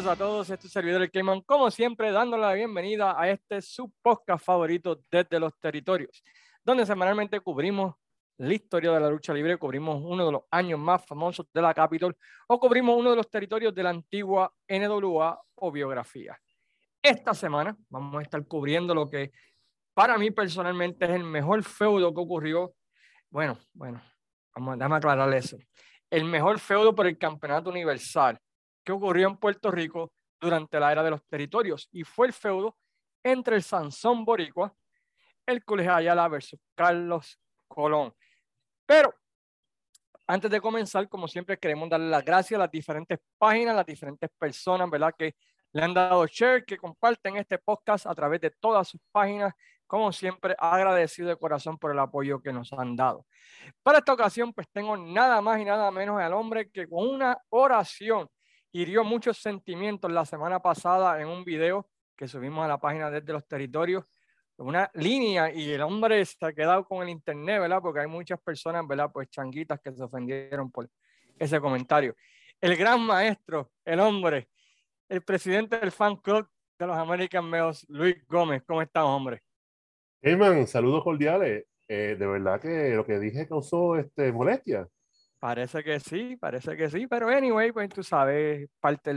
Bienvenidos a todos, este es tu servidor el Cayman, como siempre dándole la bienvenida a este su podcast favorito desde los territorios, donde semanalmente cubrimos la historia de la lucha libre, cubrimos uno de los años más famosos de la Capitol o cubrimos uno de los territorios de la antigua NWA o biografía. Esta semana vamos a estar cubriendo lo que para mí personalmente es el mejor feudo que ocurrió. Bueno, déjame aclarar eso. El mejor feudo por el campeonato universal que ocurrió en Puerto Rico durante la era de los territorios y fue el feudo entre el Sansón Boricua, el Colegio Ayala versus Carlos Colón. Pero antes de comenzar, como siempre, queremos darle las gracias a las diferentes páginas, a las diferentes personas, ¿verdad?, que le han dado share, que comparten este podcast a través de todas sus páginas. Como siempre, agradecido de corazón por el apoyo que nos han dado. Para esta ocasión, pues tengo nada más y nada menos al hombre que con una oración hirió muchos sentimientos la semana pasada en un video que subimos a la página desde los territorios, una línea, y el hombre se ha quedado con el internet, ¿verdad? Porque hay muchas personas, ¿verdad? Pues changuitas que se ofendieron por ese comentario. El gran maestro, el hombre, el presidente del fan club de los American Males, Luis Gómez. ¿Cómo estás, hombre? Hey man, saludos cordiales. De verdad que lo que dije causó molestia. Parece que sí, pero anyway, pues tú sabes, parte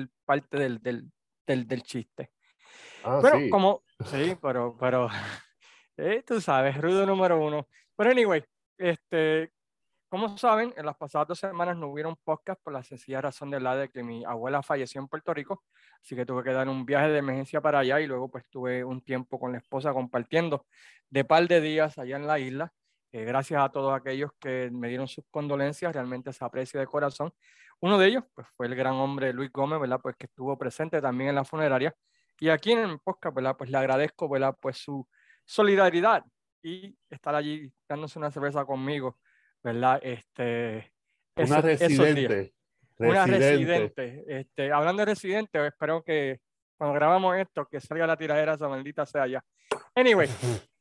del chiste. Ah, Bueno, sí. sí, pero tú sabes, rudo número uno. Pero anyway, como saben, en las pasadas 2 semanas no hubieron podcast por la sencilla razón de que mi abuela falleció en Puerto Rico, así que tuve que dar un viaje de emergencia para allá y luego pues tuve un tiempo con la esposa compartiendo de par de días allá en la isla. Gracias a todos aquellos que me dieron sus condolencias, realmente se aprecia de corazón. Uno de ellos pues fue el gran hombre Luis Gómez, ¿verdad? Pues que estuvo presente también en la funeraria. Y aquí en el podcast, ¿verdad? Pues le agradezco, ¿verdad? Pues su solidaridad y estar allí dándose una cerveza conmigo, ¿verdad? Una Esos días. residente. Una Residente. residente. Hablando de residente, espero que cuando grabamos esto, que salga la tiradera, esa maldita sea ya. Anyway,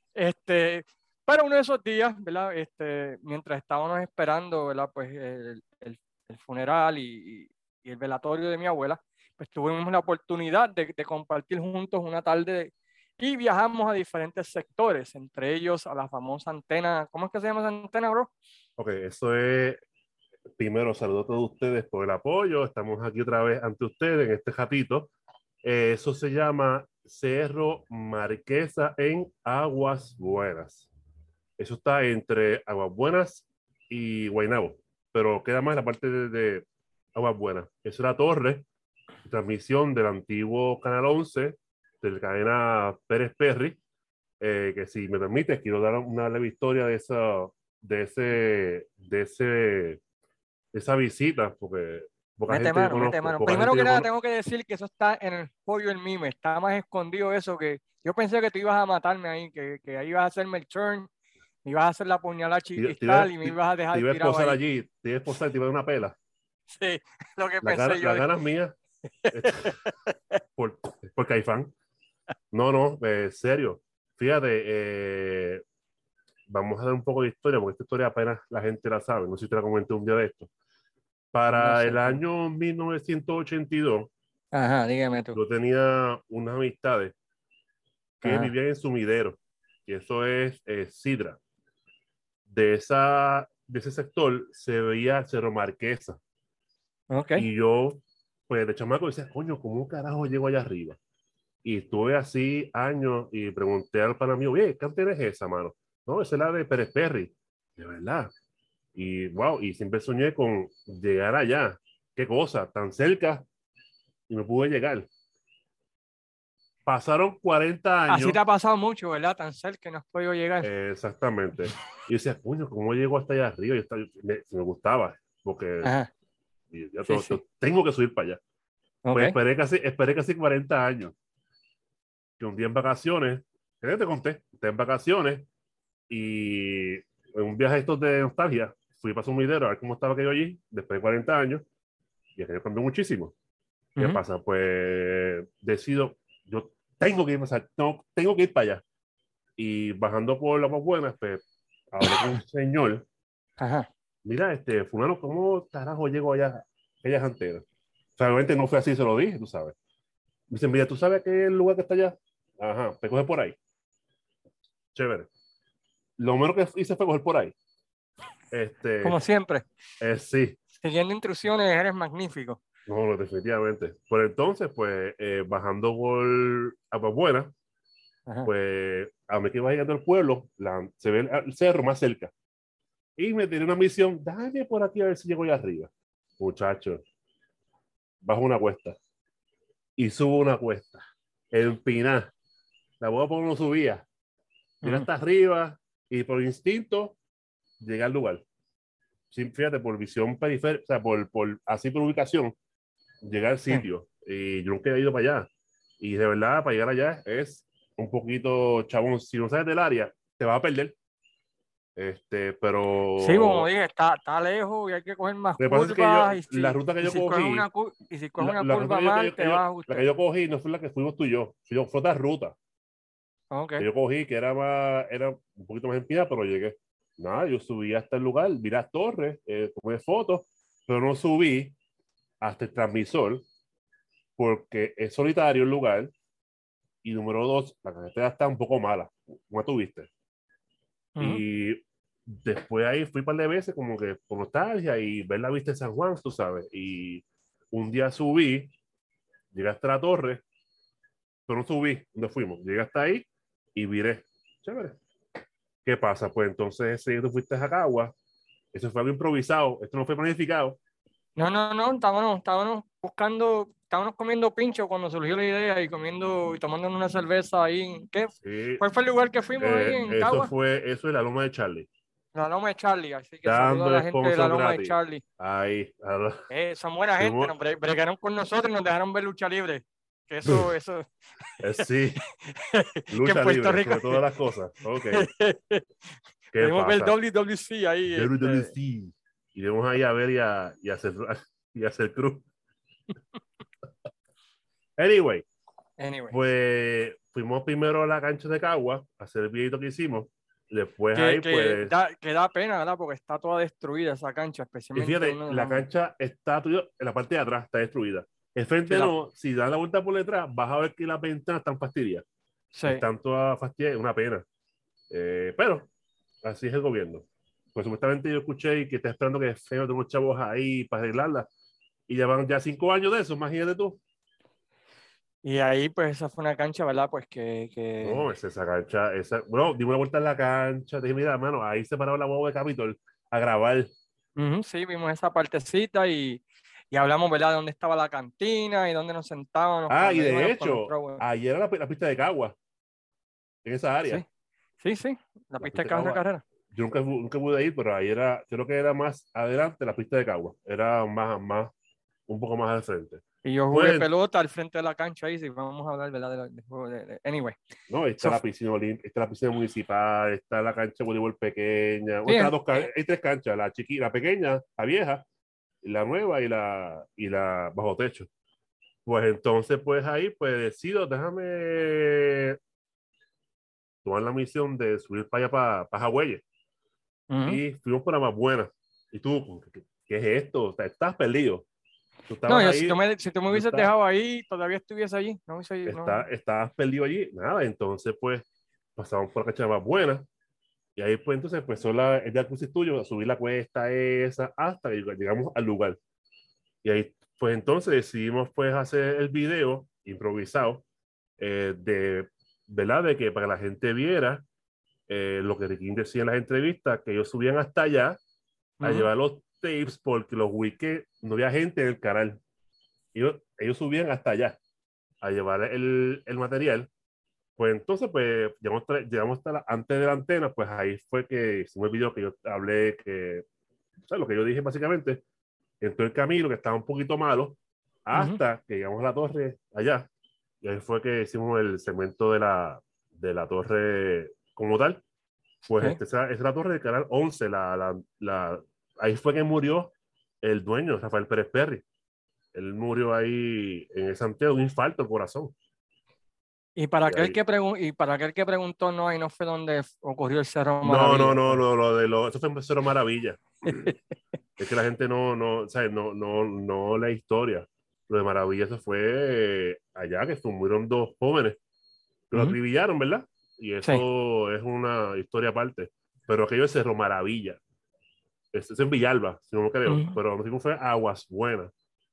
para uno de esos días, ¿verdad? Mientras estábamos esperando, ¿verdad? Pues el funeral y el velatorio de mi abuela, pues tuvimos la oportunidad de compartir juntos una tarde y viajamos a diferentes sectores, entre ellos a la famosa antena. ¿Cómo es que se llama esa antena, bro? Ok, eso es. Primero, saludo a todos ustedes por el apoyo. Estamos aquí otra vez ante ustedes en este ratito. Eso se llama Cerro Marquesa en Aguas Buenas. Eso está entre Aguas Buenas y Guaynabo, pero queda más en la parte de Aguas Buenas. Es la torre de transmisión del antiguo Canal 11 de la cadena Pérez Perry, que si me permites, quiero dar una leve historia de ese, de ese, de esa visita, porque poca Mete gente que mano, mete conozco, mano. poca Primero gente que yo nada, conozco. tengo que decir que eso está en el pollo el mime. Está más escondido eso que yo pensé que tú ibas a matarme ahí, que ahí ibas a hacerme el turn, me ibas a hacer la puñalada chiquistal y me ibas a Te dejar iba a tirado esposar ahí. allí, te iba a esposar, te iba a dar una pela. Sí, lo que pensé yo. Las ganas mías, este, por Caifán. No, no, serio. Fíjate, vamos a dar un poco de historia, porque esta historia apenas la gente la sabe. No sé si te la comenté un día de esto. No Para sé, el pero. año 1982, Ajá, dígame tú. yo tenía unas amistades que Ajá, vivían en Sumidero, y eso es Sidra. De ese sector se veía Cerro Marquesa. ok. Y yo, pues de chamaco, decía, coño, ¿cómo carajo llego allá arriba? Y estuve así años y pregunté al pana mío, oye, ¿qué antena es esa, mano? No, esa es la de Pérez Perry. De verdad. Y wow, y siempre soñé con llegar allá. Qué cosa, tan cerca y no pude llegar. Pasaron 40 Así te años, ha pasado mucho, ¿verdad? Tan cerca que no has podido llegar. exactamente. Y decía, coño, ¿cómo llego hasta allá arriba? Me gustaba, porque Ajá, ya sí, sí. tengo que subir para allá. Pues Ok. esperé casi 40 años, que un día en vacaciones, que te conté, esté en vacaciones y en un viaje estos de nostalgia, fui para Sumidero a ver cómo estaba aquello allí, después de 40 años, y aquello cambió muchísimo. ¿Qué Ujú, pasa? Pues decido, yo tengo que ir, o sea, tengo que ir para allá. Y bajando por las más buenas, pues hablé con un señor. ajá. Mira, fulano, ¿cómo carajo llego allá, aquellas antenas? O sea, obviamente no fue así, se lo dije, tú sabes. Me dicen, mira, ¿tú sabes qué es el lugar que está allá? Ajá, te coges por ahí. Chévere. Lo menos que hice fue coger por ahí. Como siempre, Sí, siguiendo instrucciones, eres magnífico. no, no, definitivamente. Por entonces, pues, bajando por Aguas Buenas, Ajá. pues, a mí que iba llegando al pueblo, se ve el cerro más cerca. Y me tiré una misión, dame por aquí a ver si llego allá arriba. Muchacho, bajo una cuesta y subo una cuesta. Empinada. La boda por no subía. Llegué Ujú. hasta arriba y por instinto llegué al lugar. Sí, fíjate, por visión periférica, o sea, así por ubicación, llegué al Sí. sitio. Y yo nunca he ido para allá. Y de verdad, para llegar allá es un poquito chabón. Si no sabes del área, te vas a perder. Sí, como Pero dije, está lejos y hay que coger más lo que pasa es que curvas la ruta que y yo si coges cogí, y si coges una la ruta curva mal, te vas a la que ajustar. yo cogí no fue la que fuimos tú y yo. Fue otra ruta que Ok. yo cogí que era un poquito más empinada, pero llegué. Nada, yo subí hasta el lugar, vi las torres, tomé fotos, pero no subí hasta el transmisor porque es solitario el lugar y número dos, la carretera está un poco mala, como tuviste. Ujú. Y después ahí fui un par de veces como que por nostalgia y ver la vista de San Juan, tú sabes. Y un día subí, llegué hasta la torre, pero no subí, ¿dónde fuimos? Llegué hasta ahí y viré. Chévere. ¿Qué pasa? Pues entonces ese día tú fuiste a Cagua, eso fue algo improvisado, esto no fue planificado. No, estábamos buscando, estábamos comiendo pincho cuando surgió la idea y comiendo y tomando una cerveza ahí. Sí, ¿Cuál fue el lugar que fuimos ahí en Cagua? eso es la loma de Charlie. La Loma de Charlie, así que saludo a Dando la gente de la sponsor Loma de gratis. Charlie. Ahí, Son buena gente, fuimos, nos bregaron con nosotros y nos dejaron ver lucha libre. Que eso, sí, que en lucha Puerto libre, Rico. sobre todas las cosas. Ok, ¿qué Pudimos ver pasa? WWC ahí. WWC. Iremos ahí a ver y hacer cruz. Anyway, Anyway, pues fuimos primero a la cancha de Cagua a hacer el videito que hicimos. Después que, ahí, que, pues, da, que da pena, ¿verdad? Porque está toda destruida esa cancha, y especialmente fíjate, uno de la los... cancha está en la parte de atrás, está destruida. El Sí, frente no, si das la vuelta por detrás, vas a ver que las ventanas están fastidiadas. sí. Están todas fastidiadas, es una pena. Pero así es el gobierno. Pues supuestamente yo escuché que está esperando que feo de unos chavos ahí para arreglarla. Y ya van ya 5 años de eso, imagínate tú. Y ahí, pues, esa fue una cancha, ¿verdad? Pues No, es esa cancha, bueno, dimos una vuelta en la cancha, dije, mira, mano, ahí se paraba la boba de Capitol a grabar. Ujú, sí, vimos esa partecita y hablamos, ¿verdad? De dónde estaba la cantina y dónde nos sentábamos Ah, y cuando de íbamos con hecho, nuestro... ayer era la pista de Cagua, en esa Sí, área, sí, la la pista de pista de carro de Cagua. carrera. Yo nunca pude ir, pero ahí era, creo que era más adelante la pista de Cagua, era un poco más al frente. Y yo jugué Pues, pelota al frente de la cancha ahí, si vamos a hablar, ¿verdad? Del juego Anyway, no, está so, la piscina está la piscina municipal, está la cancha de voleibol pequeña, o bien, hay tres canchas, la chiquita, la pequeña, la vieja, la nueva y la bajo techo. Pues entonces, pues ahí, pues decido, déjame tomar la misión de subir para allá, para Hawái. ujú. Y fuimos por la más buena. Y tú, ¿qué es esto? O sea, estás perdido. Tú No, estabas ahí, si tú me tú hubieses dejado ahí, todavía estuviese allí. No hubiese, no. estabas perdido allí. Nada, entonces, pues, pasamos por la cancha más buena. Y ahí, pues, entonces empezó el jacuzzi tuyo a subir la cuesta esa hasta que llegamos al lugar. Y ahí, pues, entonces decidimos, pues, hacer el video improvisado de, ¿verdad? De que para que la gente viera lo que Ricky decía en las entrevistas, que ellos subían hasta allá a Ujú. llevar los tapes porque los weekends no había gente en el canal. Ellos subían hasta allá a llevar el material. Pues entonces, pues llegamos hasta antes de la antena, pues ahí fue que hicimos el video que yo hablé, o sea, lo que yo dije básicamente, entró el camino que estaba un poquito malo, Ujú. hasta que llegamos a la torre allá, y ahí fue que hicimos el segmento de la torre como tal. Pues Sí. esa es la torre del canal 11, ahí fue que murió el dueño, Rafael Pérez Perry. Él murió ahí en ese anteo de un infarto al corazón. Y ahí, Y para aquel que preguntó, no, ahí no fue donde ocurrió el Cerro no, no, Maravilla. no, eso fue en Cero Maravilla. Es que la gente no, no, ¿sabes? No, no, no la historia. Lo de Maravilla, eso fue allá, que murieron dos jóvenes que lo acribillaron, ¿verdad? Y Sí. eso es una historia aparte. Pero aquello es Cerro Maravilla. Es en Villalba, si no me creo. Ujú. Pero lo que fue Aguas Buenas.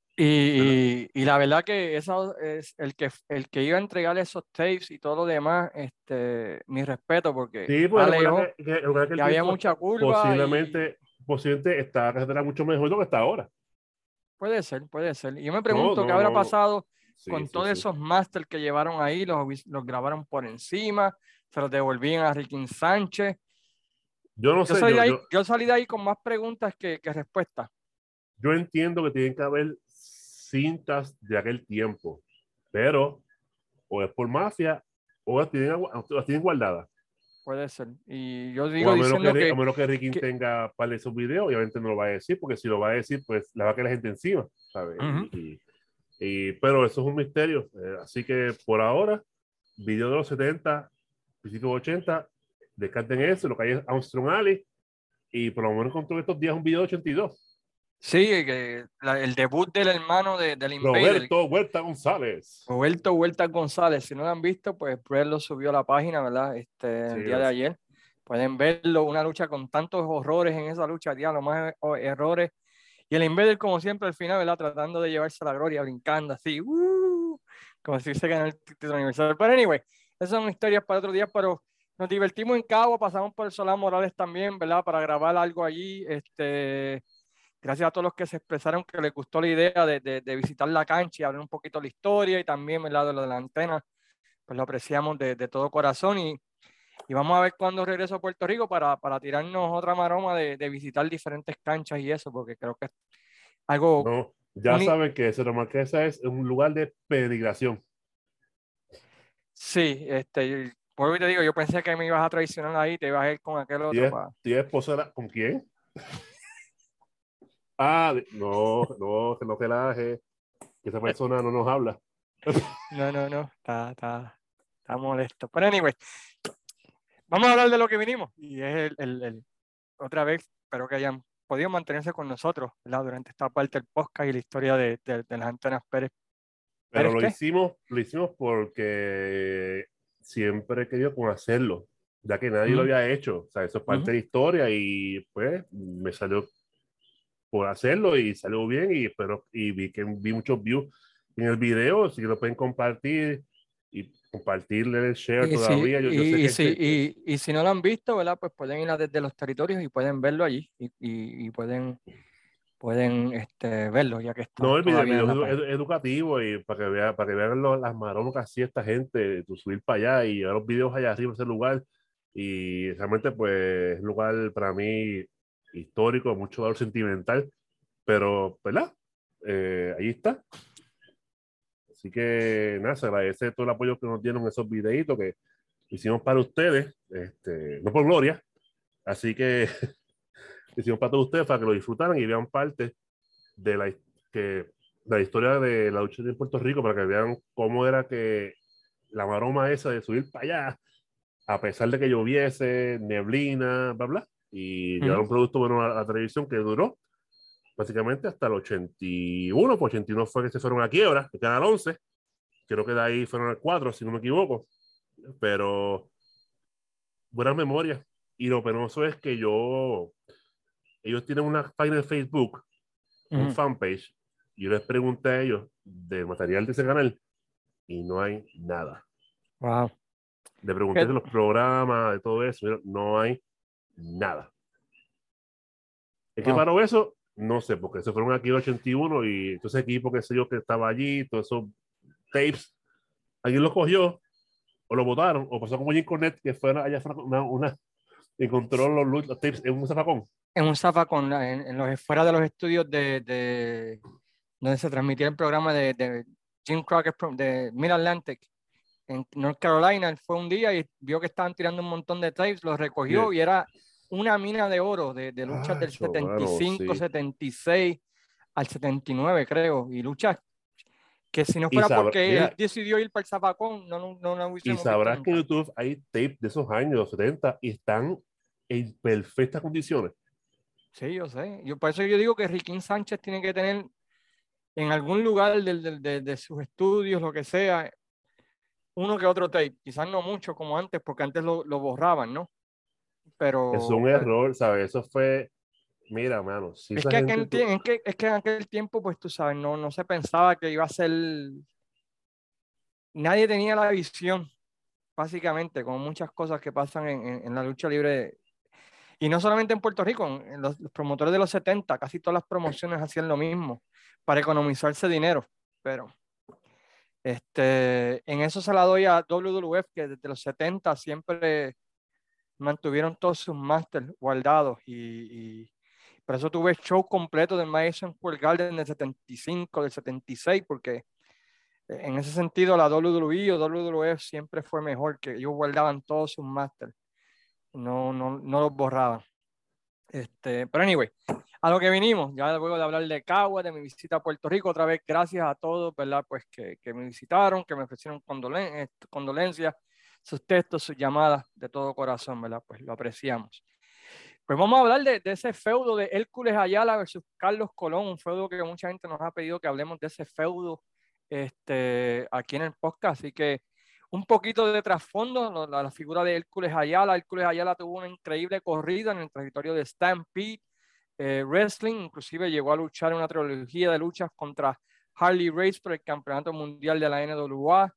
Y la verdad que eso es el que iba a entregar esos tapes y todo lo demás, mi respeto, porque Sí, pues está recuerda lejos recuerda que y el había tiempo mucha curva y posiblemente esta carretera mucho mejor de lo que está ahora. puede ser, puede ser. Y yo me No, pregunto qué no, habrá no. pasado Sí, con sí, todos sí. esos máster que llevaron ahí, los grabaron por encima, se los devolvían a Riquín Sánchez. Yo no sé, Yo salí de ahí con más preguntas que respuestas. yo entiendo que tienen que haber cintas de aquel tiempo, pero o es por mafia o las tienen guardadas. Puede ser. Y yo O digo a menos diciendo a menos que Ricky que tenga par de esos videos, obviamente no lo va a decir, porque si lo va a decir, pues le va a caer la gente encima, ¿sabes? ujú. Pero eso es un misterio. Así que por ahora, video de los 70, principios 80, descarten eso, lo que hay es Armstrong Alley, y por lo menos encontró estos días un video de 82. Sí, el debut del hermano del Invader, Roberto Huerta González. Roberto Huerta González. Si no lo han visto, pues Brett lo subió a la página, ¿verdad? Sí, El día de ayer. Pueden verlo, una lucha con tantos horrores en esa lucha, los más errores. Y el Invader, como siempre, al final, ¿verdad? Tratando de llevarse la gloria, brincando así, como si se ganara el título universal. Pero anyway, esas son historias para otro día, pero nos divertimos en Cabo, pasamos por el Solán Morales también, ¿verdad? Para grabar algo allí. Gracias a todos los que se expresaron que les gustó la idea de visitar la cancha y hablar un poquito de la historia y también, ¿verdad? De lo de la antena, pues lo apreciamos de todo corazón y vamos a ver cuándo regreso a Puerto Rico para tirarnos otra maroma de visitar diferentes canchas y eso, porque creo que es algo no, ya único. saben que Cerro Marquesa es un lugar de peregrinación. Sí, vuelvo y te digo, yo pensé que me ibas a traicionar ahí, te ibas a ir con aquel otro. ¿Tienes esposa con quién? Ah, no, no, que no relaje, que esa persona no nos habla. No, no, no, está molesto. Pero anyway, vamos a hablar de lo que vinimos y es otra vez, espero que hayan podido mantenerse con nosotros, ¿verdad? Durante esta parte del podcast y la historia de las antenas Pérez. Pero ¿Pérez qué? lo hicimos porque siempre he querido como hacerlo, ya que nadie lo Ujú, había hecho. O sea, eso es parte ujú. de la historia y pues me salió por hacerlo y salió bien y espero y vi muchos views en el video, así que lo pueden compartir y compartirle el share Y todavía. Yo sé que y si no lo han visto, ¿verdad? Pues pueden ir a desde los territorios y pueden verlo allí y pueden verlo ya que está no, el todavía en video la página. educativo y para que vean las maromas que hacía esta gente, tú subir para allá y ver los videos allá arriba de ese lugar. Y realmente, pues, es un lugar para mí histórico, mucho valor sentimental, pero, ¿verdad? Ahí está. Así que, nada, se agradece todo el apoyo que nos dieron en esos videitos que hicimos para ustedes, no por gloria. Así que hicimos para todos ustedes para que lo disfrutaran y vean parte de que, la historia de la lucha en Puerto Rico, para que vean cómo era que la maroma esa de subir para allá, a pesar de que lloviese, neblina, bla, bla, y llevar Ujú. un producto bueno a la televisión que duró básicamente hasta el 81, pues 81 fue que se fueron a quiebra, el Canal 11, creo que de ahí fueron al 4, si no me equivoco, pero buena memoria. Y lo penoso es que ellos tienen una página de Facebook, un Ujú. fanpage, y yo les pregunté a ellos del material de ese canal y no hay nada. Wow. Le pregunté ¿Qué- de los programas, de todo eso, mira, no hay nada. ¿En qué wow. paró eso? No sé, porque se fueron aquí en el 81 y entonces equipo, qué sé yo, que estaba allí, todos esos tapes, alguien los cogió o lo botaron, o pasó como Jim Cornette, que fue allá fue encontró los tapes en un zafacón. En un zafacón, fuera de los estudios donde se transmitía el programa de Jim Crockett de Mid Atlantic en North Carolina. Él fue un día y vio que estaban tirando un montón de tapes, los recogió Bien. y era una mina de oro de luchas Ah, del setenta y mano, cinco sí. 76 al 79 creo, y luchas que si no Y, fuera porque mira, decidió ir para el zafacón, no la y hubiésemos visto sabrás que en nunca. YouTube hay tapes de esos años, los 70, y están en perfectas condiciones. Sí, yo sé. Por eso yo digo que Riquín Sánchez tiene que tener en algún lugar de sus estudios, lo que sea, uno que otro tape, quizás no mucho como antes, porque antes lo borraban, ¿no? Es Pero un error, ¿sabes? Eso fue, mira, mano, si es esa que, gente, es que en aquel tiempo, pues tú sabes, no se pensaba que iba a ser, nadie tenía la visión, básicamente, como muchas cosas que pasan en la lucha libre. Y no solamente en Puerto Rico, en los promotores de los 70, casi todas las promociones hacían lo mismo para economizarse dinero. Pero en eso se la doy a WWF, que desde los 70 siempre mantuvieron todos sus masters guardados. Y por eso tuve show completo del Madison Square Garden del 75, del 76, porque en ese sentido la WWE o WWF siempre fue mejor, que ellos guardaban todos sus masters, no los borraban. Pero anyway, a lo que vinimos, ya luego de hablar de Cagua, de mi visita a Puerto Rico, otra vez gracias a todos, ¿verdad? Pues que me visitaron, que me ofrecieron condolencias, sus textos, sus llamadas de todo corazón, ¿verdad? Pues lo apreciamos. Pues vamos a hablar de ese feudo de Hércules Ayala versus Carlos Colón, un feudo que mucha gente nos ha pedido que hablemos de ese feudo aquí en el podcast, así que un poquito de trasfondo, la figura de Hércules Ayala. Hércules Ayala tuvo una increíble corrida en el territorio de Stampede Wrestling, inclusive llegó a luchar en una trilogía de luchas contra Harley Race por el campeonato mundial de la NWA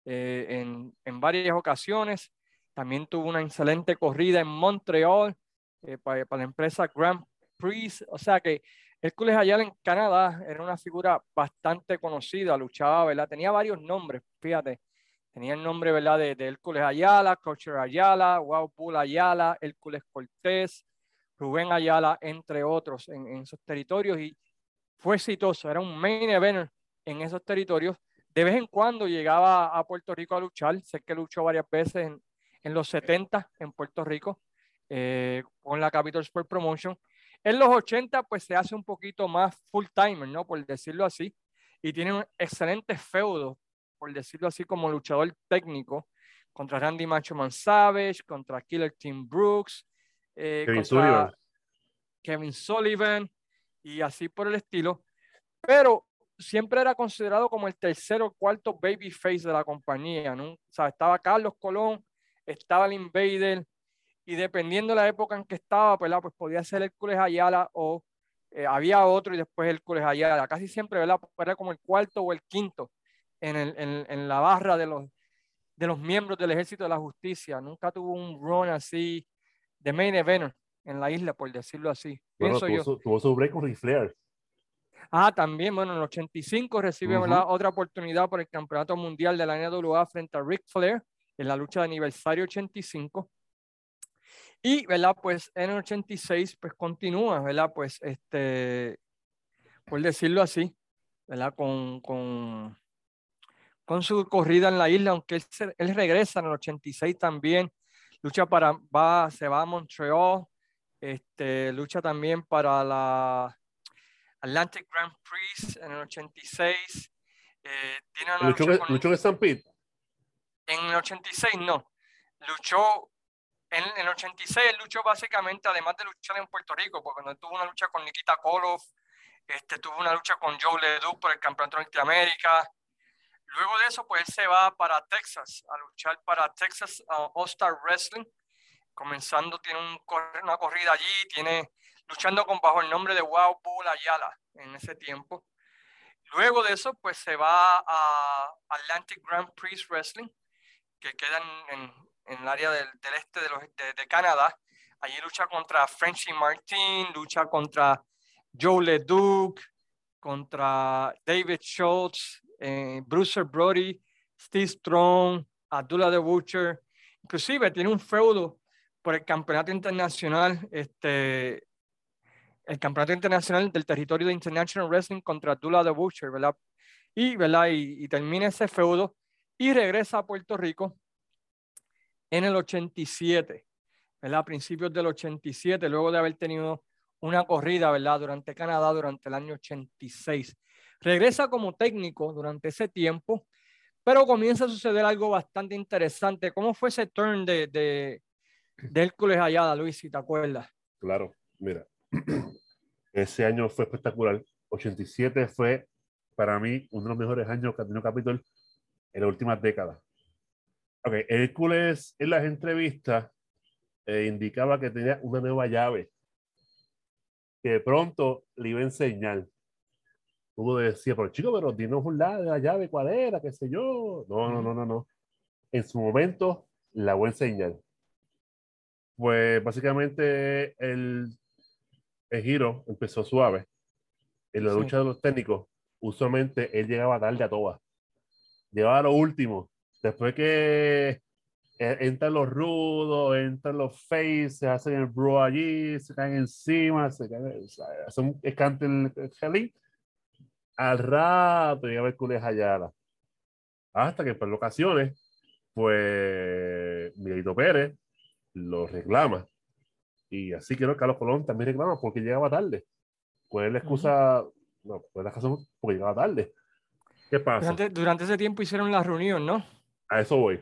en varias ocasiones. También tuvo una excelente corrida en Montreal para la empresa Grand Prix, o sea que Hércules Ayala en Canadá era una figura bastante conocida, luchaba, ¿verdad? Tenía varios nombres, fíjate. Tenía el nombre, ¿verdad? De Hércules Ayala, Cocher Ayala, Wow Bull Ayala, Hércules Cortés, Rubén Ayala, entre otros, en esos territorios. Y fue exitoso, era un main event en esos territorios. De vez en cuando llegaba a Puerto Rico a luchar. Sé que luchó varias veces en los 70 en Puerto Rico con la Capital Sport Promotion. En los 80 pues se hace un poquito más full timer, ¿no? Por decirlo así. Y tiene un excelente feudo, por decirlo así, como luchador técnico contra Randy Macho Man Savage, contra Killer Tim Brooks, Kevin contra Sullivan. Kevin Sullivan y así por el estilo. Pero siempre era considerado como el tercer o cuarto babyface de la compañía, ¿no? O sea, estaba Carlos Colón, estaba el Invader, y dependiendo de la época en que estaba, ¿verdad? Pues podía ser Hércules Ayala o había otro y después Hércules Ayala. Casi siempre, ¿verdad? Era como el cuarto o el quinto en la barra de los miembros del Ejército de la Justicia. Nunca tuvo un run así de main event en la isla, por decirlo así. Bueno, Pienso yo. tuvo su break con Ric Flair. Ah, también, bueno, en el 85 recibe, ¿verdad? Ujú. Otra oportunidad por el Campeonato Mundial de la NWA frente a Ric Flair en la lucha de aniversario 85. Y, ¿verdad? Pues en el 86, pues continúa, ¿verdad? Pues, por decirlo así, ¿verdad? Con su corrida en la isla, aunque él regresa en el 86 también, se va a Montreal, lucha también para la Atlantic Grand Prix en el 86, tiene una lucha Luchó en Stampede. en el 86 no, luchó en el 86 él luchó básicamente, además de luchar en Puerto Rico, porque cuando tuvo una lucha con Nikita Koloff, tuvo una lucha con Joe Ledoux por el Campeonato de Norteamérica. Luego de eso, pues él se va para Texas a luchar para Texas All Star Wrestling. Comenzando, tiene una corrida allí, luchando bajo el nombre de Wow Bull Ayala en ese tiempo. Luego de eso, pues se va a Atlantic Grand Prix Wrestling, que queda en el área del este de Canadá. Allí lucha contra Frenchy Martin, lucha contra Joe Leduc, contra David Schultz, Bruce Brody, Steve Strong, Abdullah the Butcher. Inclusive tiene un feudo por el campeonato internacional, el campeonato internacional del territorio de International Wrestling contra Abdullah the Butcher, ¿verdad? ¿verdad? Y termina ese feudo y regresa a Puerto Rico en el 87, ¿verdad? A principios del 87, luego de haber tenido una corrida, ¿verdad? Durante Canadá, durante el año 86. Regresa como técnico durante ese tiempo, pero comienza a suceder algo bastante interesante. ¿Cómo fue ese turn de Hércules Ayala, Luis, si te acuerdas? Claro, mira. Ese año fue espectacular. 87 fue para mí, uno de los mejores años que ha tenido Capitol en las últimas décadas. Ok, Hércules en las entrevistas indicaba que tenía una nueva llave que de pronto le iba a enseñar. Uno decía, pero chico, pero dinos un lado de la llave, ¿cuál era? ¿Qué sé yo? No, no, no, no, no. En su momento la voy a enseñar. Pues básicamente el giro empezó suave. En la Sí. lucha de los técnicos, usualmente él llegaba tarde a todas. Llegaba a lo último. Después que entran los rudos, entran los faces, se hacen el bro allí, se caen encima, hacen un escante el gelín. Al rato llega Hércules Ayala. Hasta que por ocasiones, pues Miguelito Pérez lo reclama. Y así creo que Carlos Colón también reclama porque llegaba tarde. ¿Cuál es la Ujú. excusa? No, ¿cuál es la razón? Porque llegaba tarde. ¿Qué pasa? Durante ese tiempo hicieron la reunión, ¿no? A eso voy.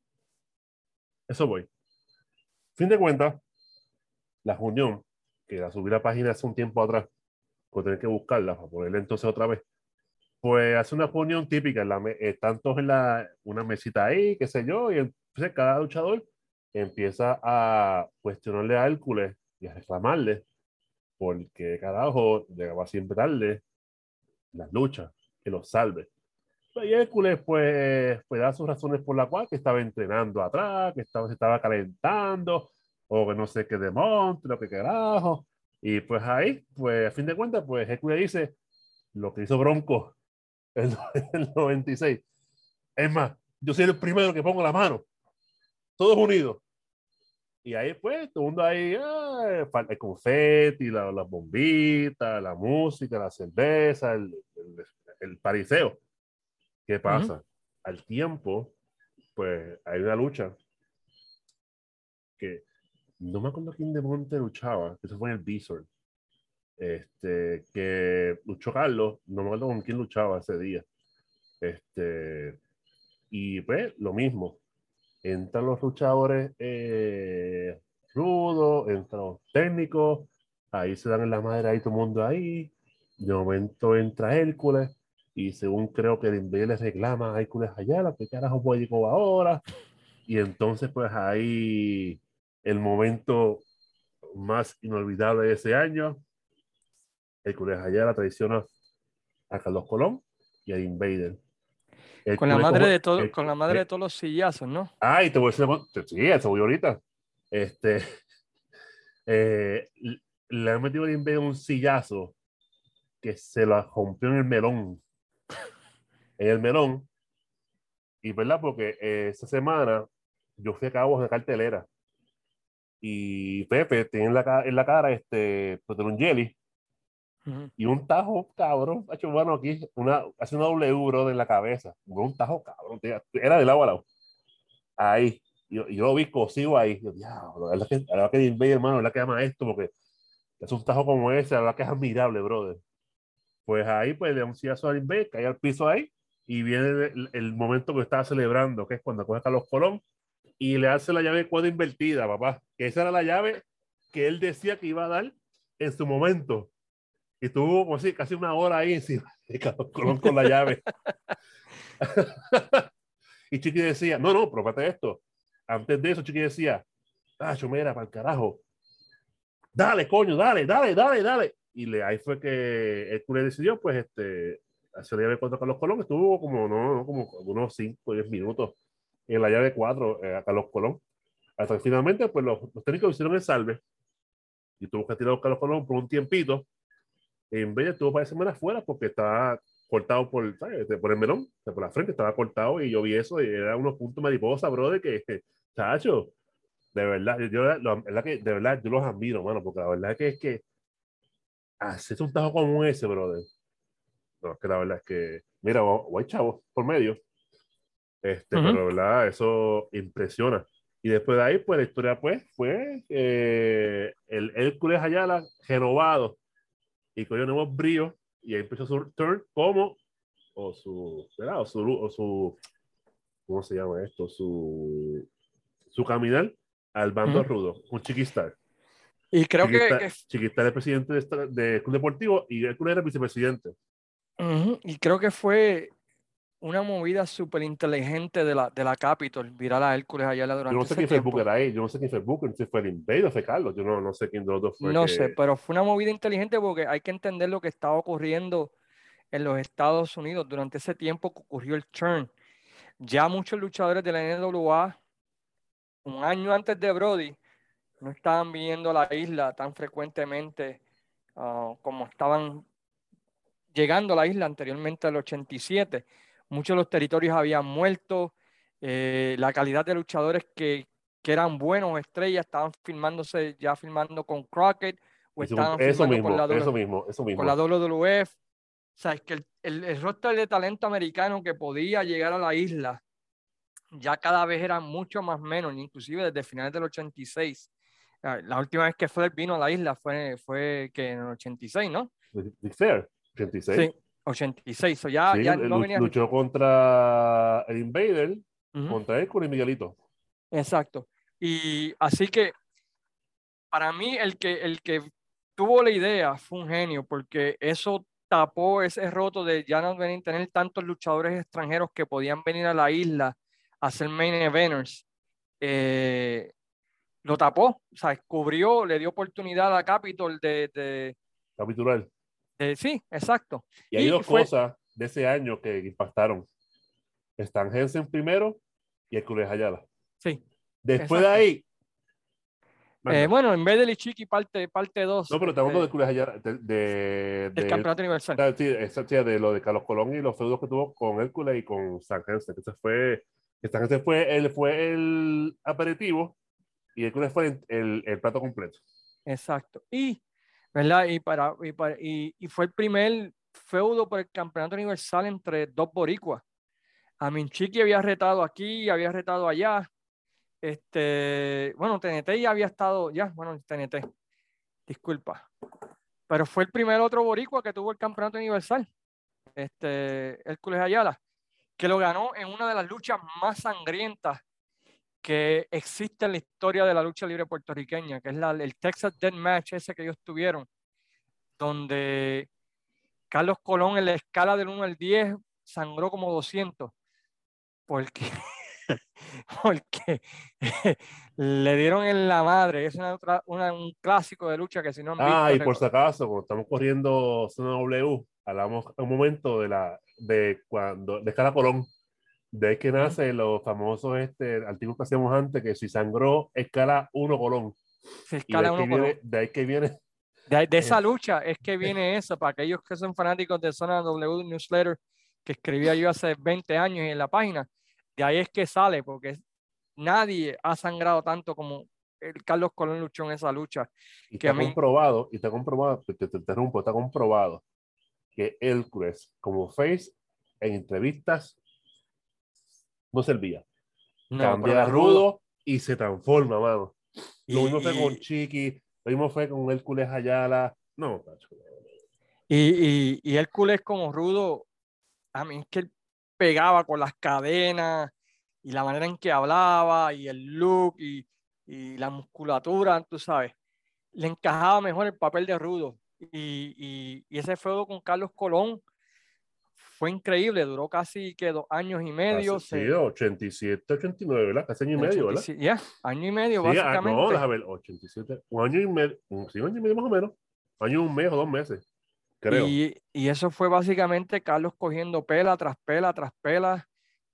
Eso voy. Fin de cuentas, la reunión, que la subí a la página hace un tiempo atrás, por tener que buscarla para ponerla entonces otra vez, pues hace una reunión típica. Están todos en una mesita ahí, qué sé yo, y entonces cada luchador empieza a cuestionarle a Hércules y a reclamarle porque carajo llegaba siempre tarde las luchas, que los salve. Y Hércules, pues da sus razones por las cuales que estaba entrenando atrás, se estaba calentando, o que no sé qué demontre, o qué carajo. Y pues ahí, pues a fin de cuentas, pues Hércules dice lo que hizo Bronco en el 96. Es más, yo soy el primero que pongo la mano, todos unidos. Y ahí, pues, todo el mundo ahí, el confeti, las bombitas, la música, la cerveza, el pariseo. ¿Qué Ujú. pasa? Al tiempo, pues hay una lucha que no me acuerdo quién de Monte luchaba, eso fue en el Bison, que luchó Carlos, no me acuerdo con quién luchaba ese día. Este, y pues lo mismo, entran los luchadores rudos, entran los técnicos, ahí se dan en la madre ahí todo el mundo ahí, de momento entra Hércules, y según creo que el Invader le reclama a Hércules Ayala, ¿qué carajo puede llegar ahora? Y entonces, pues ahí el momento más inolvidable de ese año, Hércules Ayala traiciona a Carlos Colón y a Invader. Con la Hércules madre como... de todo, con la madre de todos los sillazos, ¿no? y te voy a decir, sí, eso voy ahorita. Este, eh, le han metido a Invader un sillazo que se lo rompió en el melón. En el melón, y verdad, porque esa semana yo fui a Cabo de cartelera y Pepe tiene en la cara pues, un jelly Ujú. y un tajo, cabrón, ha hecho bueno aquí, hace una W, bro, en la cabeza. Un tajo, cabrón, era de lado a lado. Ahí. Yo lo vi cosido ahí. Yo, diablo, la verdad que Invader, hermano, la verdad que ama esto, porque es un tajo como ese, la verdad que es admirable, brother. Pues ahí, pues le da un sillazo al Invader, cae al piso ahí, y viene el momento que estaba celebrando, que es cuando coge a Carlos Colón y le hace la llave de cuadro invertida, papá. Que esa era la llave que él decía que iba a dar en su momento. Y tuvo como si casi una hora ahí encima de Carlos Colón con la llave. Y Chiqui decía, no, no, próbate esto. Antes de eso, Chiqui decía, mira, para el carajo. Dale, coño, dale, dale, dale, dale. Ahí fue que el culé decidió, pues, hacer la llave 4 a Carlos Colón. Estuvo como, no, como unos 5 o 10 minutos en la llave 4 a Carlos Colón. Hasta que finalmente, pues, los técnicos hicieron el salve y tuvo que tirar a Carlos Colón por un tiempito. En vez de estuvo para semanas fuera porque estaba cortado por, ¿sabes? Por el melón, o sea, por la frente, estaba cortado y yo vi eso y era unos puntos mariposa, bro, de que, chacho, de verdad, verdad que, de verdad, yo los admiro, mano, porque la verdad que es que hacer un tajo como ese, brother, no, es que la verdad es que, mira, guay chavo, por medio, Ujú. pero de verdad, eso impresiona. Y después de ahí, pues la historia, pues, fue el Hércules Ayala renovado y cogió nuevos bríos y ahí empezó su turn como ¿verdad? ¿Cómo se llama esto? Su caminar al bando Ujú. rudo, un Chiquistar. Y creo que Chiquistar es presidente de Club Deportivo y el Club era vicepresidente. Y creo que fue una movida súper inteligente de la Capitol, virar a Hércules Ayala Yo no durante sé ese quién fue el tiempo. Booker ahí, yo no sé quién fue el Booker, si fue el Invader o fue Carlos, yo no sé quién de los dos fue No sé, que... pero fue una movida inteligente porque hay que entender lo que estaba ocurriendo en los Estados Unidos durante ese tiempo que ocurrió el turn. Ya muchos luchadores de la NWA, un año antes de Brody, no estaban viniendo a la isla tan frecuentemente como estaban llegando a la isla anteriormente al 87. Muchos de los territorios habían muerto, la calidad de luchadores que eran buenos, estrellas, estaban filmando con Crockett o estaban Eso filmando con mismo, la, eso mismo, eso con la mismo. WWF. O sea, es que el roster de talento americano que podía llegar a la isla ya cada vez era mucho más menos, inclusive desde finales del 86. La última vez que Flair vino a la isla fue que en el 86, ¿no? Big Fair, 86. Sí, 86. So Sí, ya no venía. luchó contra el Invader, Ujú, contra él con el Miguelito. exacto. Y así que para mí el que tuvo la idea fue un genio porque eso tapó ese roto de ya no venir, tener tantos luchadores extranjeros que podían venir a la isla a ser main eventers. Eh, lo tapó, o sea, cubrió, le dio oportunidad a Capitol Capitular. sí, exacto. Y hay Y dos fue, cosas de ese año que impactaron. Stan Hensen primero y el Hércules Ayala. sí, Después de exacto. ahí, manda. Bueno, en vez de Lichiki parte 2 No, pero te hablo de Hércules Ayala, del Campeonato Universal. sí, sí, de lo de Carlos Colón y los feudos que tuvo con Hércules y con Stan Hensen. Stan Hensen fue el aperitivo y Hércules fue el plato completo. Exacto. ¿Verdad? Y fue el primer feudo por el Campeonato Universal entre dos boricuas. A Minchiki había retado aquí, había retado allá. Bueno, TNT ya había estado, ya, bueno, TNT, disculpa. Pero fue el primer otro boricua que tuvo el Campeonato Universal, Hércules Ayala, que lo ganó en una de las luchas más sangrientas que existe en la historia de la lucha libre puertorriqueña, que es el Texas Death Match ese que ellos tuvieron, donde Carlos Colón en la escala del 1 al 10 sangró como 200, porque, porque le dieron en la madre. Es un clásico de lucha que si no han Ah, visto, y por si acaso, cuando estamos corriendo Zona W, hablamos un momento de Escala Colón, de ahí que nace los famosos artículos que hacíamos antes, que si sangró, escala 1 Colón. se Y de escala ahí que uno Colón. viene, de ahí que viene, De eh, esa lucha es que viene eso, para aquellos que son fanáticos de Zona W Newsletter, que escribía yo hace 20 años en la página, de ahí es que sale, porque nadie ha sangrado tanto como el Carlos Colón luchó en esa lucha, y que a mí, está comprobado, te interrumpo, está comprobado que Hércules, como face, en entrevistas, no servía. no, pero Cambia a con Rudo, rudo y se transforma, mano. Lo mismo fue con y, Chiqui, lo mismo fue con Hércules Ayala. No, tacho. y Hércules como Rudo, a mí es que él pegaba con las cadenas, y la manera en que hablaba, y el look, y la musculatura, tú sabes. Le encajaba mejor el papel de Rudo. Y ese feudo con Carlos Colón fue increíble, duró casi que 2 años y medio, Sí, 87, 89, ¿verdad? Casi año y en medio, ¿verdad? 87, ya, año y medio Sí, no, básicamente. déjame ver, 87, un año y medio, sí, un año y medio más o menos. Año, un mes o 2 meses, creo. Y eso fue básicamente Carlos cogiendo pela tras pela tras pela,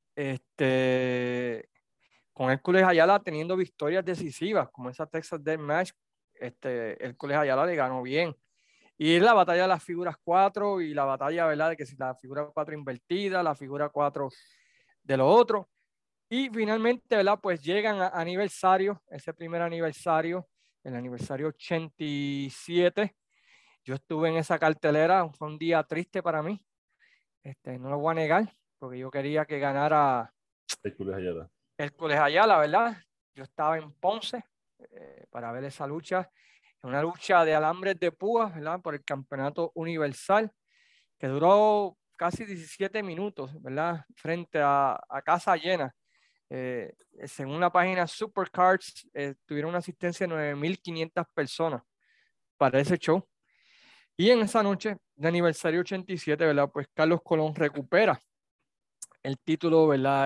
con Hércules Ayala teniendo victorias decisivas, como esa Texas Death Match, Hércules Ayala le ganó bien. Y la batalla de las figuras 4 y la batalla, ¿verdad? De que si la figura 4 invertida, la figura 4 de lo otro. Y finalmente, ¿verdad? Pues llegan a aniversario, ese primer aniversario, el aniversario 87. Yo estuve en esa cartelera, fue un día triste para mí, no lo voy a negar, porque yo quería que ganara Hércules Ayala. Hércules Ayala, ¿verdad? Yo estaba en Ponce para ver esa lucha, una lucha de alambres de púas, ¿verdad? Por el campeonato universal, que duró casi 17 minutos, ¿verdad? Frente a casa llena. Según la página Supercards, tuvieron una asistencia de 9.500 personas para ese show. Y en esa noche de aniversario 87, ¿verdad? Pues Carlos Colón recupera el título, ¿verdad?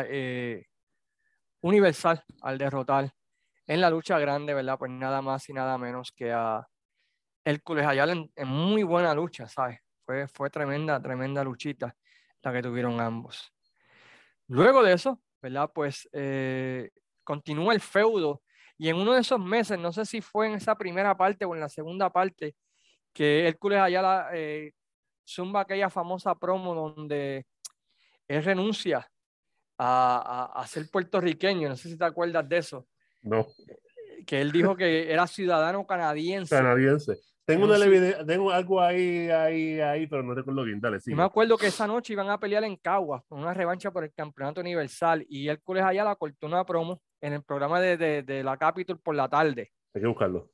Universal al derrotar en la lucha grande, ¿verdad? Pues nada más y nada menos que a Hércules Ayala en muy buena lucha, ¿sabes? Fue tremenda, tremenda luchita la que tuvieron ambos. Luego de eso, ¿verdad? Pues continúa el feudo y en uno de esos meses, no sé si fue en esa primera parte o en la segunda parte, que Hércules Ayala zumba aquella famosa promo donde él renuncia a ser puertorriqueño, no sé si te acuerdas de eso, No, que él dijo que era ciudadano canadiense. canadiense. Tengo algo ahí, pero no recuerdo bien. Dale, Yo me sigue. acuerdo que esa noche iban a pelear en Caguas por una revancha por el campeonato universal y Hércules Ayala cortó una promo en el programa de la Capitol por la tarde. Hay que buscarlo.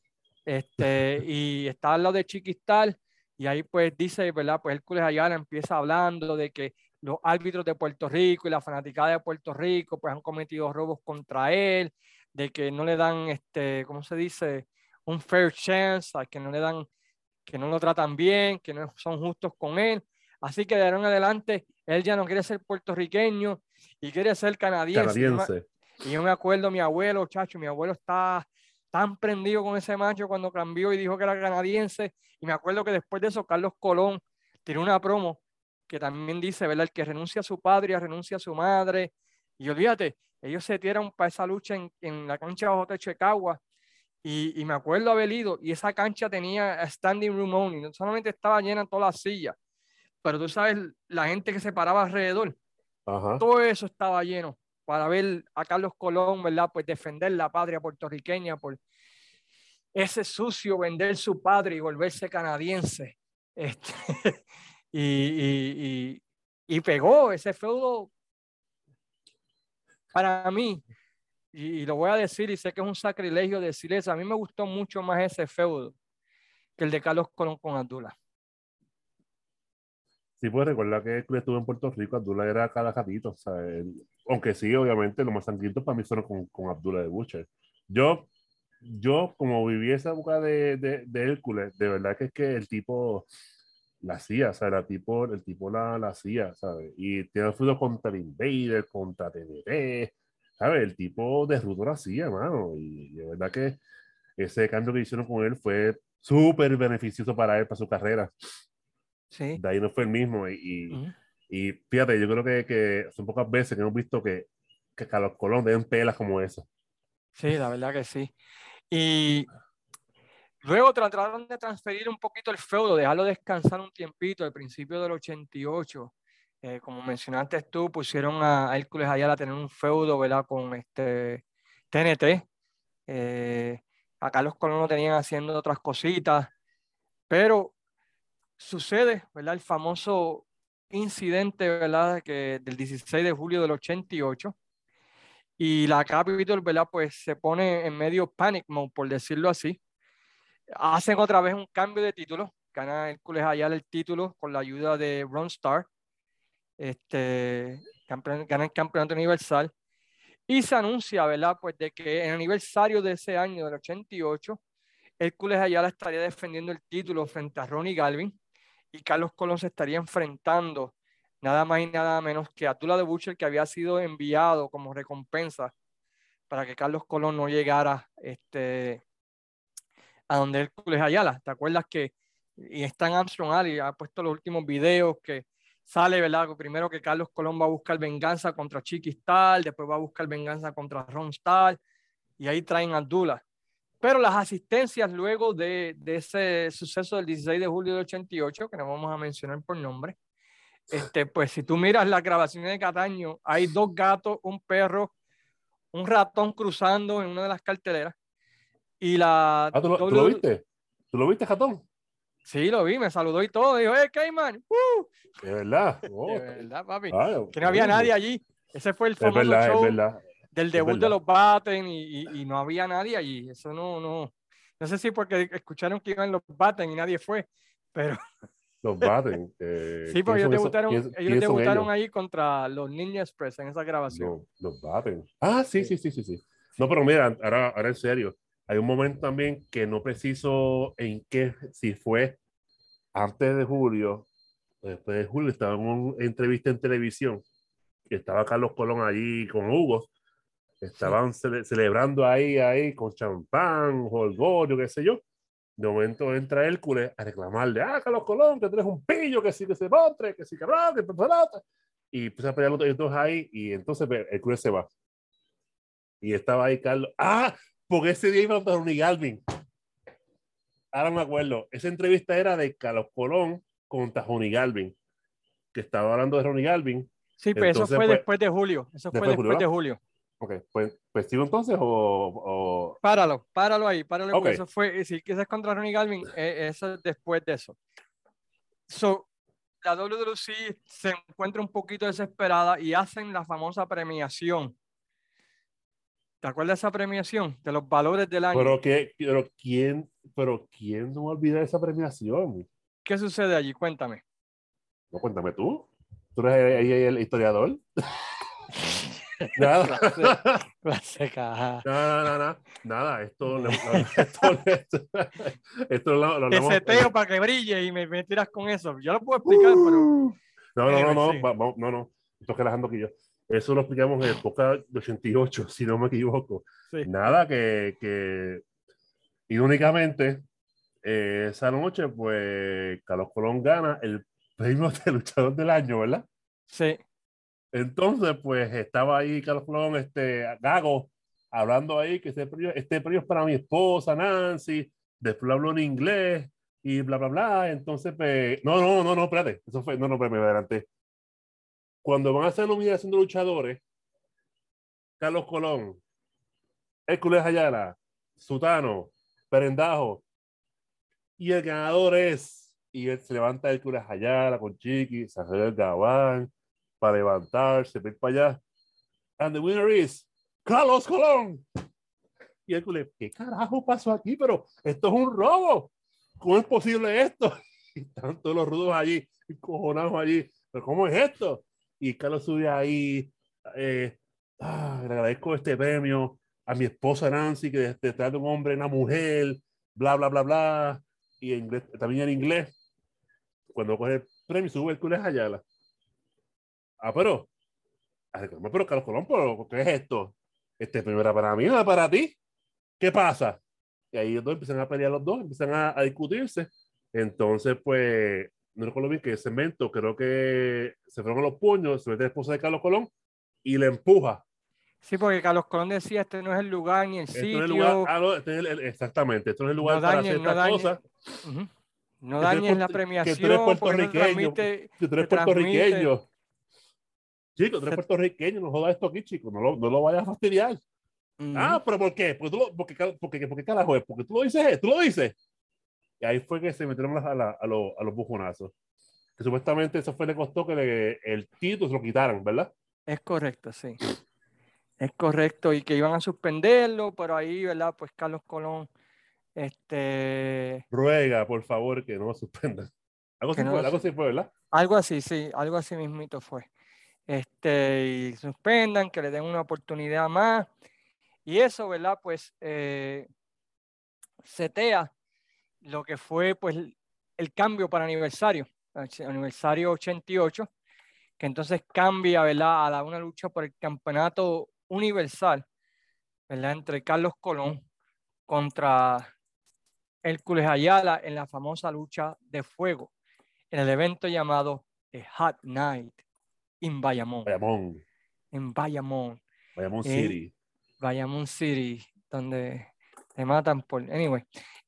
Y está al lado de Chiquistal y ahí pues dice, ¿verdad? Pues Hércules Ayala empieza hablando de que los árbitros de Puerto Rico y la fanaticada de Puerto Rico pues han cometido robos contra él, de que no le dan, ¿cómo se dice? Un fair chance, que no le dan, que no lo tratan bien, que no son justos con él. Así que de ahora en adelante él ya no quiere ser puertorriqueño y quiere ser canadiense. Canadiense. Y yo me acuerdo, mi abuelo, chacho, mi abuelo está tan prendido con ese macho cuando cambió y dijo que era canadiense. Y me acuerdo que después de eso, Carlos Colón tiró una promo que también dice, ¿verdad? El que renuncia a su patria, renuncia a su madre. Y olvídate, ellos se tiraron para esa lucha en la cancha bajo techo de Cagua. Y me acuerdo haber ido, y esa cancha tenía standing room only, no solamente estaba llena en todas las sillas, pero tú sabes, la gente que se paraba alrededor, Ajá. todo eso estaba lleno para ver a Carlos Colón, ¿verdad? Pues defender la patria puertorriqueña por ese sucio vender su patria y volverse canadiense. Este, y, y pegó ese feudo para mí, y lo voy a decir y sé que es un sacrilegio decir eso, a mí me gustó mucho más ese feudo que el de Carlos Colón con Abdullah. Sí, pues recuerda que el club estuvo en Puerto Rico, Abdullah era cada gatito, o sea, aunque sí, obviamente, lo más sangriento para mí fueron con Abdullah de Butcher. Yo, yo, como viví esa época de Hércules, de verdad que es que el tipo la hacía, o sea, el tipo la hacía, ¿sabes? Y tiene fútbol contra el Invader, contra TNT, ¿sabes? El tipo de rudo la hacía, mano, y de verdad que ese cambio que hicieron con él fue súper beneficioso para él, para su carrera. Sí. De ahí no fue el mismo. Y fíjate, yo creo que son pocas veces que hemos visto que Carlos Colón den pelas como esa. Sí, la verdad que sí. Y luego trataron de transferir un poquito el feudo, dejarlo descansar un tiempito al principio del 88. Como mencionaste tú, pusieron a Hércules Ayala a tener un feudo, ¿verdad? Con TNT. A Carlos Colón lo tenían haciendo otras cositas, pero sucede, ¿verdad? El famoso incidente, ¿verdad? Del 16 de julio del 88 y la Capitol, ¿verdad? Pues se pone en medio panic mode, por decirlo así. Hacen otra vez un cambio de título, gana Hércules Ayala el título con la ayuda de Ron Starr, gana el campeonato universal y se anuncia, ¿verdad? Pues de que en el aniversario de ese año, del 88, Hércules Ayala estaría defendiendo el título frente a Ronnie Galvin y Carlos Colón se estaría enfrentando nada más y nada menos que a Abdullah the Butcher, que había sido enviado como recompensa para que Carlos Colón no llegara a donde Hércules Ayala. ¿Te acuerdas que y está en Armstrong Alley, ha puesto los últimos videos que sale, ¿verdad? Primero que Carlos Colón va a buscar venganza contra Chiquistal, después va a buscar venganza contra Ron Starr, y ahí traen a Abdullah. Pero las asistencias luego de ese suceso del 16 de julio de 88, que no vamos a mencionar por nombre, pues si tú miras las grabaciones de Cataño, hay dos gatos, un perro, un ratón cruzando en una de las carteleras. Y la Ah, ¿tú lo W, viste? ¿Tú lo viste, Jatón? sí, lo vi, me saludó y todo. Dijo, Cayman, De verdad. de Oh, verdad, papi. ah, Que no había nadie bueno. allí. Ese fue el Es famoso verdad, es show verdad, del es debut de verdad. los Batten y no había nadie allí. Eso no sé si porque escucharon que iban los Batten y nadie fue, pero Los baten. sí, porque ¿Quiénes son esos? ellos ¿Quiénes son debutaron ellos? ahí contra los Ninja Express en esa grabación. Los baten. Ah, sí, Sí, sí, sí, sí, sí. No, sí. pero mira, ahora en serio. Hay un momento también que no preciso en qué, si fue antes de julio, después de julio, estaba en una entrevista en televisión, que estaba Carlos Colón allí con Hugo, estaban celebrando ahí con champán, jolgorio, qué sé yo. De momento entra Hércules a reclamarle, Carlos Colón, que tú eres un pillo, que sí que se montre, que sí cabrón, que pelota. Y empieza a pelear los dos ahí, y entonces Hércules se va. Y estaba ahí Carlos. Porque ese día iba a Ronnie Galvin. Ahora me acuerdo, esa entrevista era de Carlos Colón contra Ronnie Galvin, que estaba hablando de Ronnie Galvin. Sí, pero eso Entonces, fue pues, después de julio. Eso fue después de Julio, después de ¿verdad? julio. Ok, pues sigo entonces o... Páralo ahí, porque Ok, eso fue, si quieres contra Ronnie Galvin, eso es después de eso. So, la WWC se encuentra un poquito desesperada y hacen la famosa premiación. ¿Te acuerdas de esa premiación? De los valores del año. pero quién no va a olvidar esa premiación. ¿Qué sucede allí? Cuéntame. No, cuéntame tú. Tú eres ahí el historiador. Nada. Clase, clase caja. Nada. Esto lo Te hablamos. seteo para que brille y me tiras con eso. Yo lo puedo explicar, pero anyway, sí. No. Estoy relajando aquí yo. Eso lo explicamos en el podcast de 88, si no me equivoco. Sí, Nada, que irónicamente, esa noche, pues Carlos Colón gana el premio de luchador del año, ¿verdad? sí. Entonces, pues estaba ahí Carlos Colón, Gago, hablando ahí que este premio es para mi esposa Nancy, después habló en inglés y bla, bla, bla. Entonces, pues, no, espérate, eso fue, no, me adelanté. Cuando van a hacer nominación de luchadores, Carlos Colón, Hércules Ayala, Sutano, Perendajo, y el ganador y él se levanta Hércules Ayala con Chiqui, se arregla el gabán para levantarse, ir para allá. And the winner is Carlos Colón. Y Hércules, ¿qué carajo pasó aquí? Pero esto es un robo. ¿Cómo es posible esto? Y están todos los rudos allí, cojonados allí. ¿Pero cómo es esto? Y Carlos sube ahí. Le agradezco este premio a mi esposa Nancy, que detrás de un hombre, una mujer, bla, bla, bla, bla. Y en inglés, también en inglés. Cuando coge el premio, sube Hércules Ayala. Pero Carlos Colón, ¿pero qué es esto? Este premio era para mí, no era para ti. ¿Qué pasa? Y ahí los dos empiezan a pelear los dos, empiezan a discutirse. Entonces, pues, no recuerdo bien que ese momento, creo que se fueron a los puños, se mete la esposa de Carlos Colón y le empuja. Sí, porque Carlos Colón decía, este no es el lugar ni el Esto no es el lugar, sitio, no, exactamente, esto no es el no lugar para hacer dañes, no estas dañes, cosas. ujú, no Que tú eres, dañes la que tú eres premiación, porque eso puertorriqueño, que tú eres se transmite, puertorriqueño. Chico, tú eres se- puertorriqueño, no jodas esto aquí, chico, no lo vayas a fastidiar. ujú. ¿Pero por qué? Porque carajo es, porque tú lo dices, tú lo dices. Y ahí fue que se metieron a los bujonazos. Que supuestamente eso fue le costó que el título se lo quitaran, ¿verdad? Es correcto, sí. Es correcto, y que iban a suspenderlo, pero ahí, ¿verdad? Pues Carlos Colón, este, Ruega, por favor, que no lo suspendan. que no, Algo sí fue, ¿verdad? algo así, sí, algo así mismito fue. Y suspendan, que le den una oportunidad más. Y eso, ¿verdad? Pues setea lo que fue pues el cambio para aniversario 88, que entonces cambia, ¿verdad? Una lucha por el campeonato universal, ¿verdad? Entre Carlos Colón contra Hércules Ayala en la famosa lucha de fuego, en el evento llamado The Hot Night en Bayamón, Bayamón, en Bayamón, Bayamón en City, Bayamón City, donde te matan por... Anyway,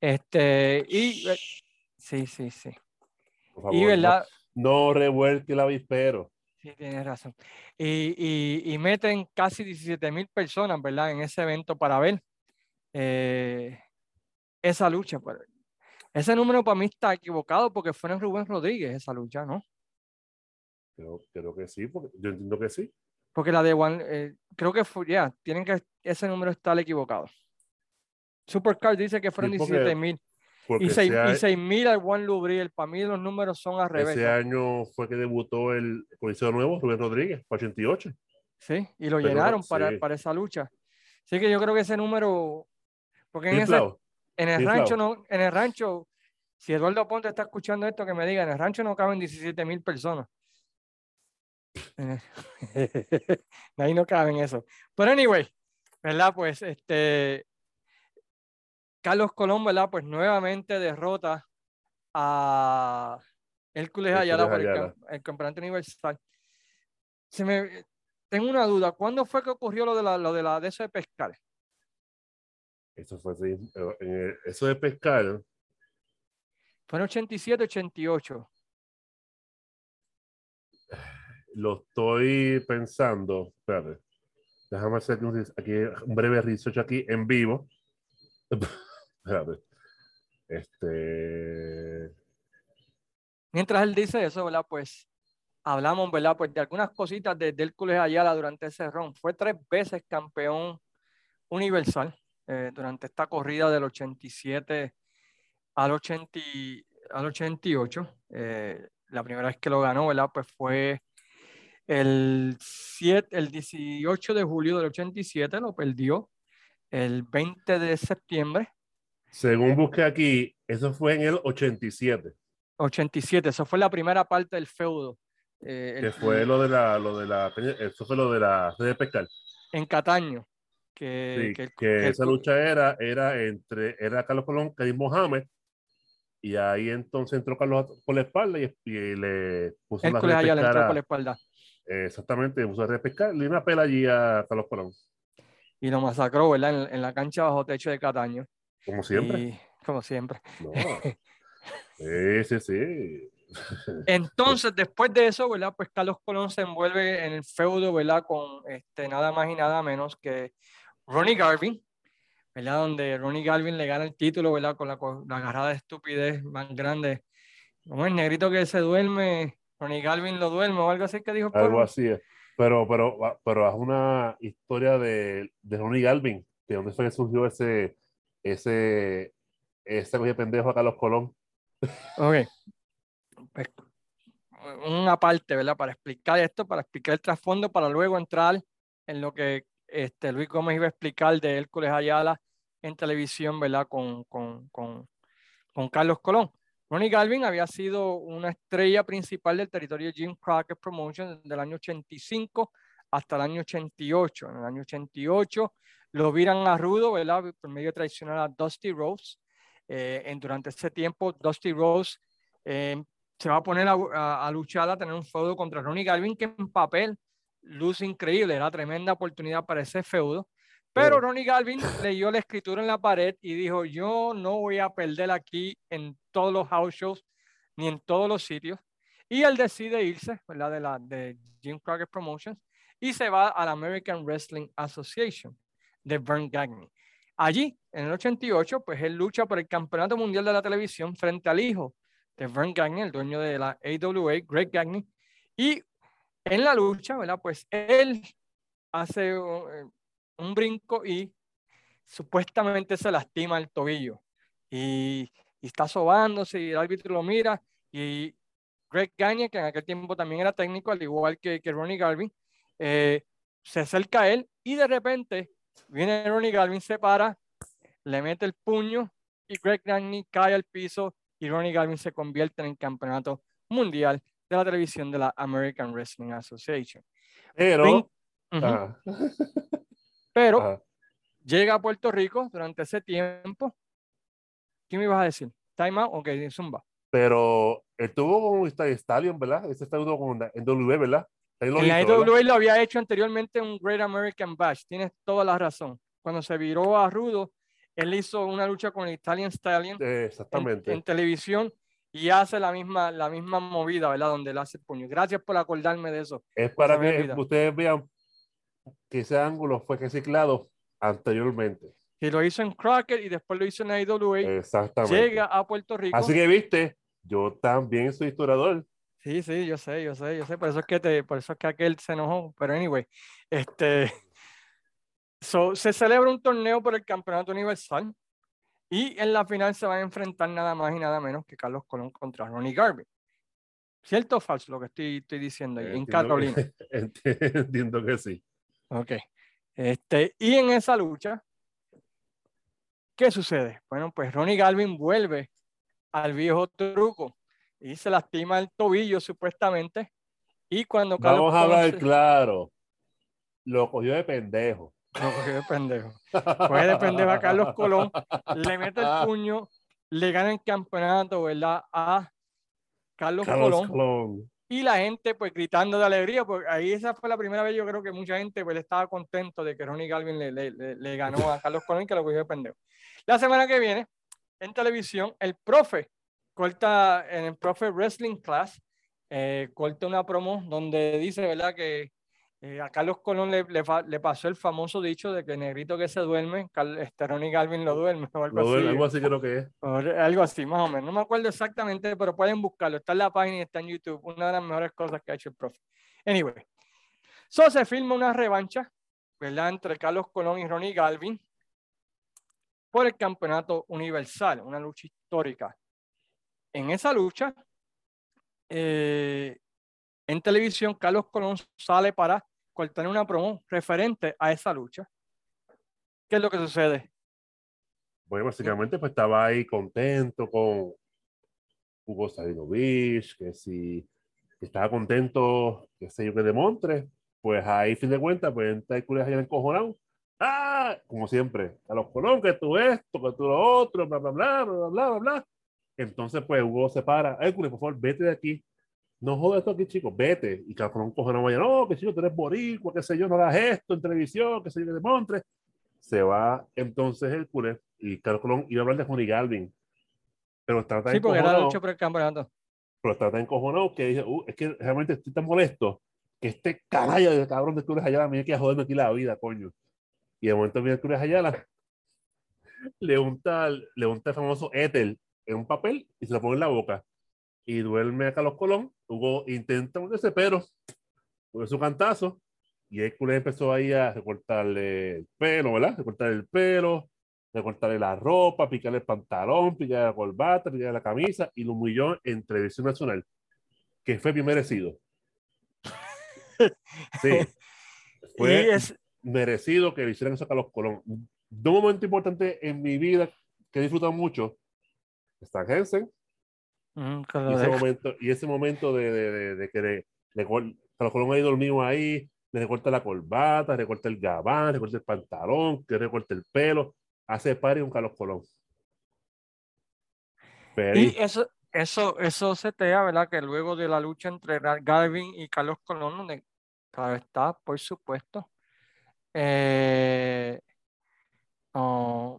sí, sí, sí. por Y, favor, no, ¿verdad? no revuelque el avispero. Sí, tienes razón. Y meten casi 17,000 personas, ¿verdad? En ese evento para ver esa lucha. Pero ese número para mí está equivocado porque fue en Rubén Rodríguez esa lucha, ¿no? Creo que sí, porque yo entiendo que sí. Porque la de Juan, creo que fue, ya, ese número está equivocado. Supercard dice que Sí, fueron 17,000 y porque 6,000 al Juan Lubriel. Para mí los números son al revés. ese año fue que debutó el Coliseo Nuevo, Rubén Rodríguez, 88. Sí, y lo Pero llenaron sí, para esa lucha. Así que yo creo que ese número, porque inflado, en el rancho inflado. no, en el rancho Si Eduardo Ponte está escuchando esto, que me diga, en el rancho no caben 17,000 personas. Ahí no caben eso. Pero anyway, ¿verdad? Pues Carlos Colón, ¿verdad? Pues nuevamente derrota a Hércules Ayala por Ayala. el campeonato universal. Tengo una duda. ¿Cuándo fue que ocurrió de eso de pescar? Eso fue así. Eso de pescar, Fue en 87, 88. lo estoy pensando. Espérate. Déjame hacer aquí un breve research aquí en vivo. Espérate. Mientras él dice eso, ¿verdad? Pues hablamos, ¿verdad? Pues de algunas cositas de Hércules Ayala durante ese run. Fue 3 veces campeón universal durante esta corrida del 87 al 88. La primera vez que lo ganó, ¿verdad? Pues fue el 18 de julio del 87, lo perdió. El 20 de septiembre. Según busqué aquí, eso fue en el 87. 87, eso fue la primera parte del feudo. Que fue eso fue lo de la red de pescar. En Cataño. Sí, que esa lucha era Carlos Colón, Karim Mohamed, y ahí entonces entró Carlos por la espalda y le puso la red Hércules de Ayala pescar entró por la espalda exactamente, puso la red de pescar, le dio una pela allí a Carlos Colón, y lo masacró, ¿verdad? En la cancha bajo techo de Cataño. como siempre. Y como siempre. No, sí, sí. Entonces, después de eso, ¿verdad? Pues Carlos Colón se envuelve en el feudo, ¿verdad? Con nada más y nada menos que Ronnie Garvin, ¿verdad? Donde Ronnie Garvin le gana el título, ¿verdad? Con la agarrada de estupidez más grande. Como el negrito que se duerme, Ronnie Garvin lo duerme o algo así que dijo el Algo pueblo. así. Pero haz una historia de Ronnie Galvin, de dónde fue que surgió ese coge pendejo a Carlos Colón. Ok, pues una parte, ¿verdad? Para explicar esto, para explicar el trasfondo, para luego entrar en lo que Luis Gómez iba a explicar de Hércules Ayala en televisión, ¿verdad? Con Carlos Colón. Ronnie Galvin había sido una estrella principal del territorio Jim Crockett Promotions desde el año 85 hasta el año 88. En el año 88 lo viran a rudo, ¿verdad? Por medio tradicional a Dusty Rhodes. Durante ese tiempo, Dusty Rhodes se va a poner a luchar, a tener un feudo contra Ronnie Galvin, que en papel luce increíble, era tremenda oportunidad para ese feudo. Pero Ronnie Galvin leyó la escritura en la pared y dijo, yo no voy a perder aquí en todos los house shows ni en todos los sitios. Y él decide irse, ¿verdad? De Jim Crockett Promotions y se va a la American Wrestling Association de Vern Gagne. Allí, en el 88, pues él lucha por el Campeonato Mundial de la Televisión frente al hijo de Vern Gagne, el dueño de la AWA, Greg Gagne. Y en la lucha, ¿verdad? Pues él hace un brinco y supuestamente se lastima el tobillo y está sobándose y el árbitro lo mira y Greg Gagne, que en aquel tiempo también era técnico, al igual que Ronnie Garvin, se acerca a él y de repente viene Ronnie Garvin, se para, le mete el puño y Greg Gagne cae al piso y Ronnie Garvin se convierte en el campeonato mundial de la televisión de la American Wrestling Association. Pero, Pero llega a Puerto Rico durante ese tiempo. ¿Qué me ibas a decir? ¿Time out? Ok, zumba. pero él tuvo con Stallion, ¿verdad? Ese feudo con en W, ¿verdad? Él lo En la hizo, ¿verdad? IWA lo había hecho anteriormente un Great American Bash. Tienes toda la razón. Cuando se viró a Rudo, él hizo una lucha con el Italian Stallion Exactamente. en televisión y hace la misma movida, ¿verdad? Donde él hace el puño. Gracias por acordarme de eso. Es para que ustedes vean que ese ángulo fue reciclado anteriormente. Y lo hizo en Crockett y después lo hizo en la IWA. Exactamente. Llega a Puerto Rico. Así que viste, yo también soy historiador. Sí, yo sé. Por eso es que aquel se enojó. Pero anyway, se celebra un torneo por el Campeonato Universal y en la final se van a enfrentar nada más y nada menos que Carlos Colón contra Ronnie Garvin. ¿Cierto o falso lo que estoy diciendo ahí? En Carolina. Entiendo que sí. Ok. Y en esa lucha, ¿qué sucede? Bueno, pues Ronnie Garvin vuelve al viejo truco y se lastima el tobillo supuestamente. Y cuando Carlos Vamos a Colón hablar claro. Lo cogió de pendejo. lo cogió de pendejo. Coge de pendejo a Carlos Colón, le mete el puño, le gana el campeonato, ¿verdad? A Carlos Carlos Colón. Colón. Y la gente pues gritando de alegría, porque ahí esa fue la primera vez yo creo que mucha gente pues estaba contento de que Ronnie Galvin le ganó a Carlos Colón y que lo cogió de pendejo. La semana que viene, en televisión, el profe corta en el profe Wrestling Class, corta una promo donde dice, ¿verdad? Que a Carlos Colón le pasó el famoso dicho de que negrito que se duerme, Ronnie Galvin lo duerme o algo así. Algo así creo que es. Algo así, más o menos. No me acuerdo exactamente, pero pueden buscarlo. Está en la página y está en YouTube. Una de las mejores cosas que ha hecho el profe. Anyway. So se filma una revancha, ¿verdad? Entre Carlos Colón y Ronnie Galvin por el campeonato universal. Una lucha histórica. En esa lucha, en televisión, Carlos Colón sale para cortar una promo referente a esa lucha. ¿Qué es lo que sucede? Bueno, básicamente pues estaba ahí contento con Hugo Sabinovich, que si estaba contento, qué sé yo, que demontre, pues ahí, fin de cuentas, pues entra Hércules allá encojonado. ¡Ah! Como siempre, a los Colón, que tú esto, que tú lo otro, bla, bla, bla, bla, bla, bla, bla. Entonces, pues Hugo se para. Hércules, por favor, vete de aquí. No jodas esto aquí, chicos, vete. Y Carlos Colón cojonado vaya, no, que chico, tú eres boricua, qué sé yo, no hagas esto en televisión, qué sé yo, que demontre. Se va entonces Hércules y Carlos Colón iba a hablar de Johnny Galvin, pero estaba tan Sí, porque era la lucha encojonado, por el campeonato. que dije, es que realmente estoy tan molesto que este canalla de cabrón de Hércules Ayala me viene a joderme aquí la vida, coño. Y de momento viene Hércules Ayala, le unta el famoso éter en un papel y se lo pone en la boca. Y duerme a Carlos Colón. Hugo intenta hundirse, pero fue su cantazo. Y Hércules empezó ahí a recortarle el pelo, ¿verdad? Recortarle el pelo, recortarle la ropa, picarle el pantalón, picarle la corbata, picarle la camisa y lo humilló en televisión nacional, que fue bien merecido. Sí, Y fue es, merecido que le hicieran eso a Carlos Colón. De un momento importante en mi vida que he disfrutado mucho, Stan Hansen, y ese momento de que Carlos Colón ahí dormido ahí, le recorta la corbata, le recorta el gabán, le recorta el pantalón, que recorta el pelo, hace party con Carlos Colón. Y Feliz. eso setea, ¿verdad? Que luego de la lucha entre Galvin y Carlos Colón, donde claro está, por supuesto, eh, oh,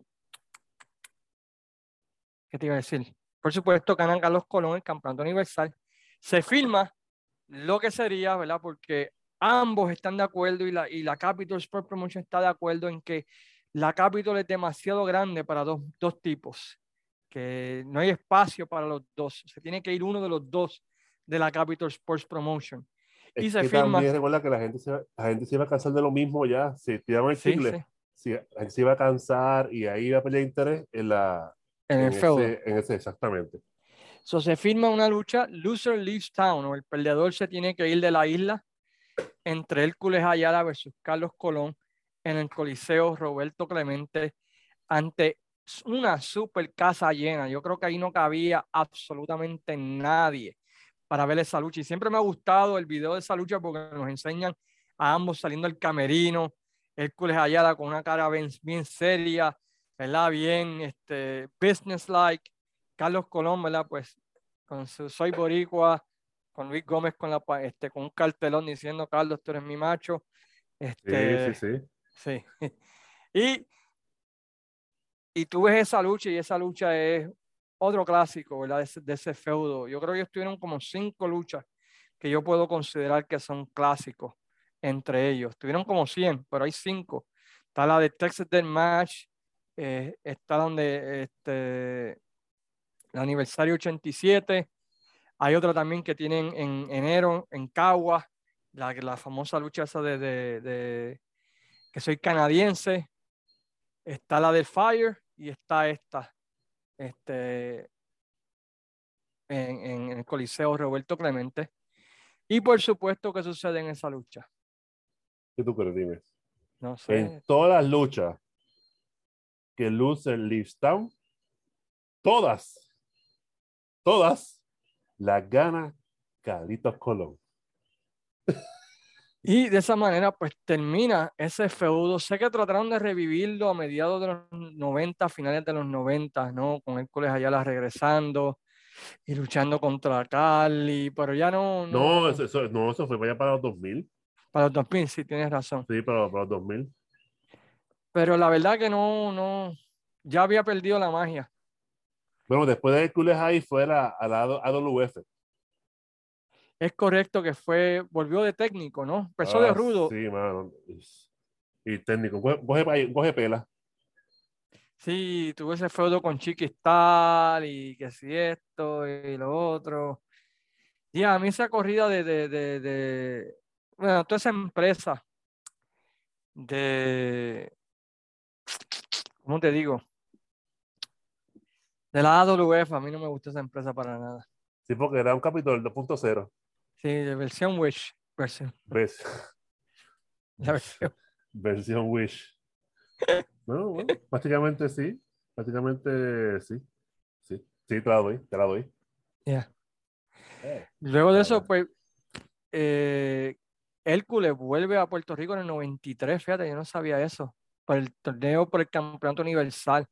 ¿qué te iba a decir? Por supuesto, ganan Carlos Colón el campeonato universal. Se filma lo que sería, ¿verdad? Porque ambos están de acuerdo y la Capitol Sport Promotion está de acuerdo en que la Capitol es demasiado grande para dos tipos, que no hay espacio para los dos. Se tiene que ir uno de los dos de la Capitol Sports Promotion. Es Y se que firma, también recuerda que la gente se iba a cansar de lo mismo ya. Si tiraban el sí, sí, chicle, la gente se iba a cansar y ahí iba a perder interés en el feudo. en ese exactamente. So, se firma una lucha, loser leaves town, o el perdedor se tiene que ir de la isla, entre Hércules Ayala versus Carlos Colón en el Coliseo Roberto Clemente ante una super casa llena. Yo creo que ahí no cabía absolutamente nadie para ver esa lucha. Y siempre me ha gustado el video de esa lucha porque nos enseñan a ambos saliendo del camerino, Hércules Ayala con una cara bien seria, ¿verdad? Bien business-like. Carlos Colón, ¿verdad? Pues con su Soy Boricua, con Luis Gómez con un cartelón diciendo, Carlos, tú eres mi macho. Sí, sí, Este, sí. sí. Y y tú ves esa lucha y esa lucha es otro clásico, ¿verdad? De ese feudo. Yo creo que ellos tuvieron como 5 luchas que yo puedo considerar que son clásicos entre ellos. Tuvieron como 100, pero hay 5. Está la de Texas Death Match, está donde el aniversario 87. Hay otra también que tienen en enero en Cagua, la famosa lucha esa de que soy canadiense. Está la del Fire y está esta este, en el Coliseo Roberto Clemente. Y por supuesto, ¿qué sucede en esa lucha? ¿Qué tú crees? Dime. No En sé. todas las luchas que Loser leaves town, todas todas las gana Carlitos Colón. Y de esa manera, pues termina ese feudo. Sé que trataron de revivirlo a mediados de los 90, finales de los 90, ¿no? Con Hércules Ayala regresando y luchando contra Cali, pero ya No, eso fue allá para los 2000. para los 2000, sí, tienes razón. Sí, para los 2000. Pero la verdad que ya había perdido la magia. Bueno, después de Hércules ahí fue a la AWF. Es correcto que volvió de técnico, ¿no? Empezó de Ah, rudo. sí, mano. Y técnico. Coge pela. Sí, tuvo ese feudo con Chiquistal y que si esto y lo otro. Y a mí esa corrida bueno, toda esa empresa de, ¿cómo te digo? De la AWF, a mí no me gusta esa empresa para nada. Sí, porque era un capítulo 2.0. Sí, de versión Wish, Ves- la versión. Versión Wish. Bueno, prácticamente sí. Prácticamente sí. Sí, sí, te la doy, te la doy. Yeah. Eh, Luego de eso, Nada. pues, eh, Hércules vuelve a Puerto Rico en el 93, fíjate, yo no sabía eso, por el torneo, por el campeonato universal,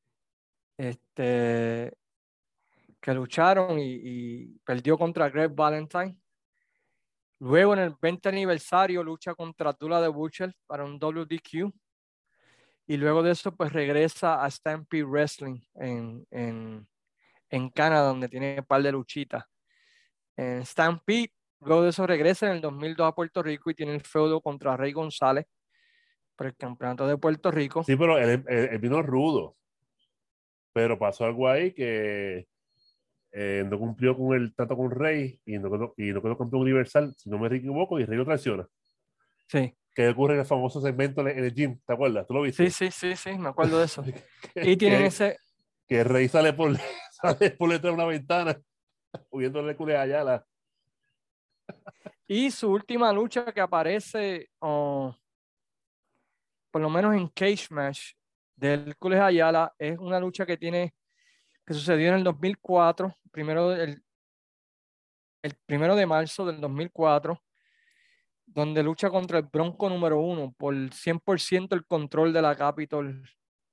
este, que lucharon y perdió contra Greg Valentine. Luego en el 20 aniversario lucha contra Tula de Butcher para un WDQ. Y luego de eso, pues regresa a Stampede Wrestling en Canadá, donde tiene un par de luchitas. En Stampede, luego de eso regresa en el 2002 a Puerto Rico y tiene el feudo contra Rey González por el campeonato de Puerto Rico. Sí, pero él vino rudo. Pero pasó algo ahí que no cumplió con el trato con Rey y no quedó campeón universal, si no me equivoco, y Rey lo traiciona. Sí, Que ocurre en el famoso segmento en el gym, ¿te acuerdas? ¿Tú lo sí, viste? sí, sí, sí, me acuerdo de eso. que, Y tienen que, ese, que Rey sale sale por detrás de una ventana, huyéndole culé a Ayala. y su última lucha que aparece, por lo menos en Cage Match de Hércules Ayala, es una lucha que sucedió en el 2004, el 1 de marzo del 2004, donde lucha contra el Bronco número 1 por 100% el control de la Capitol,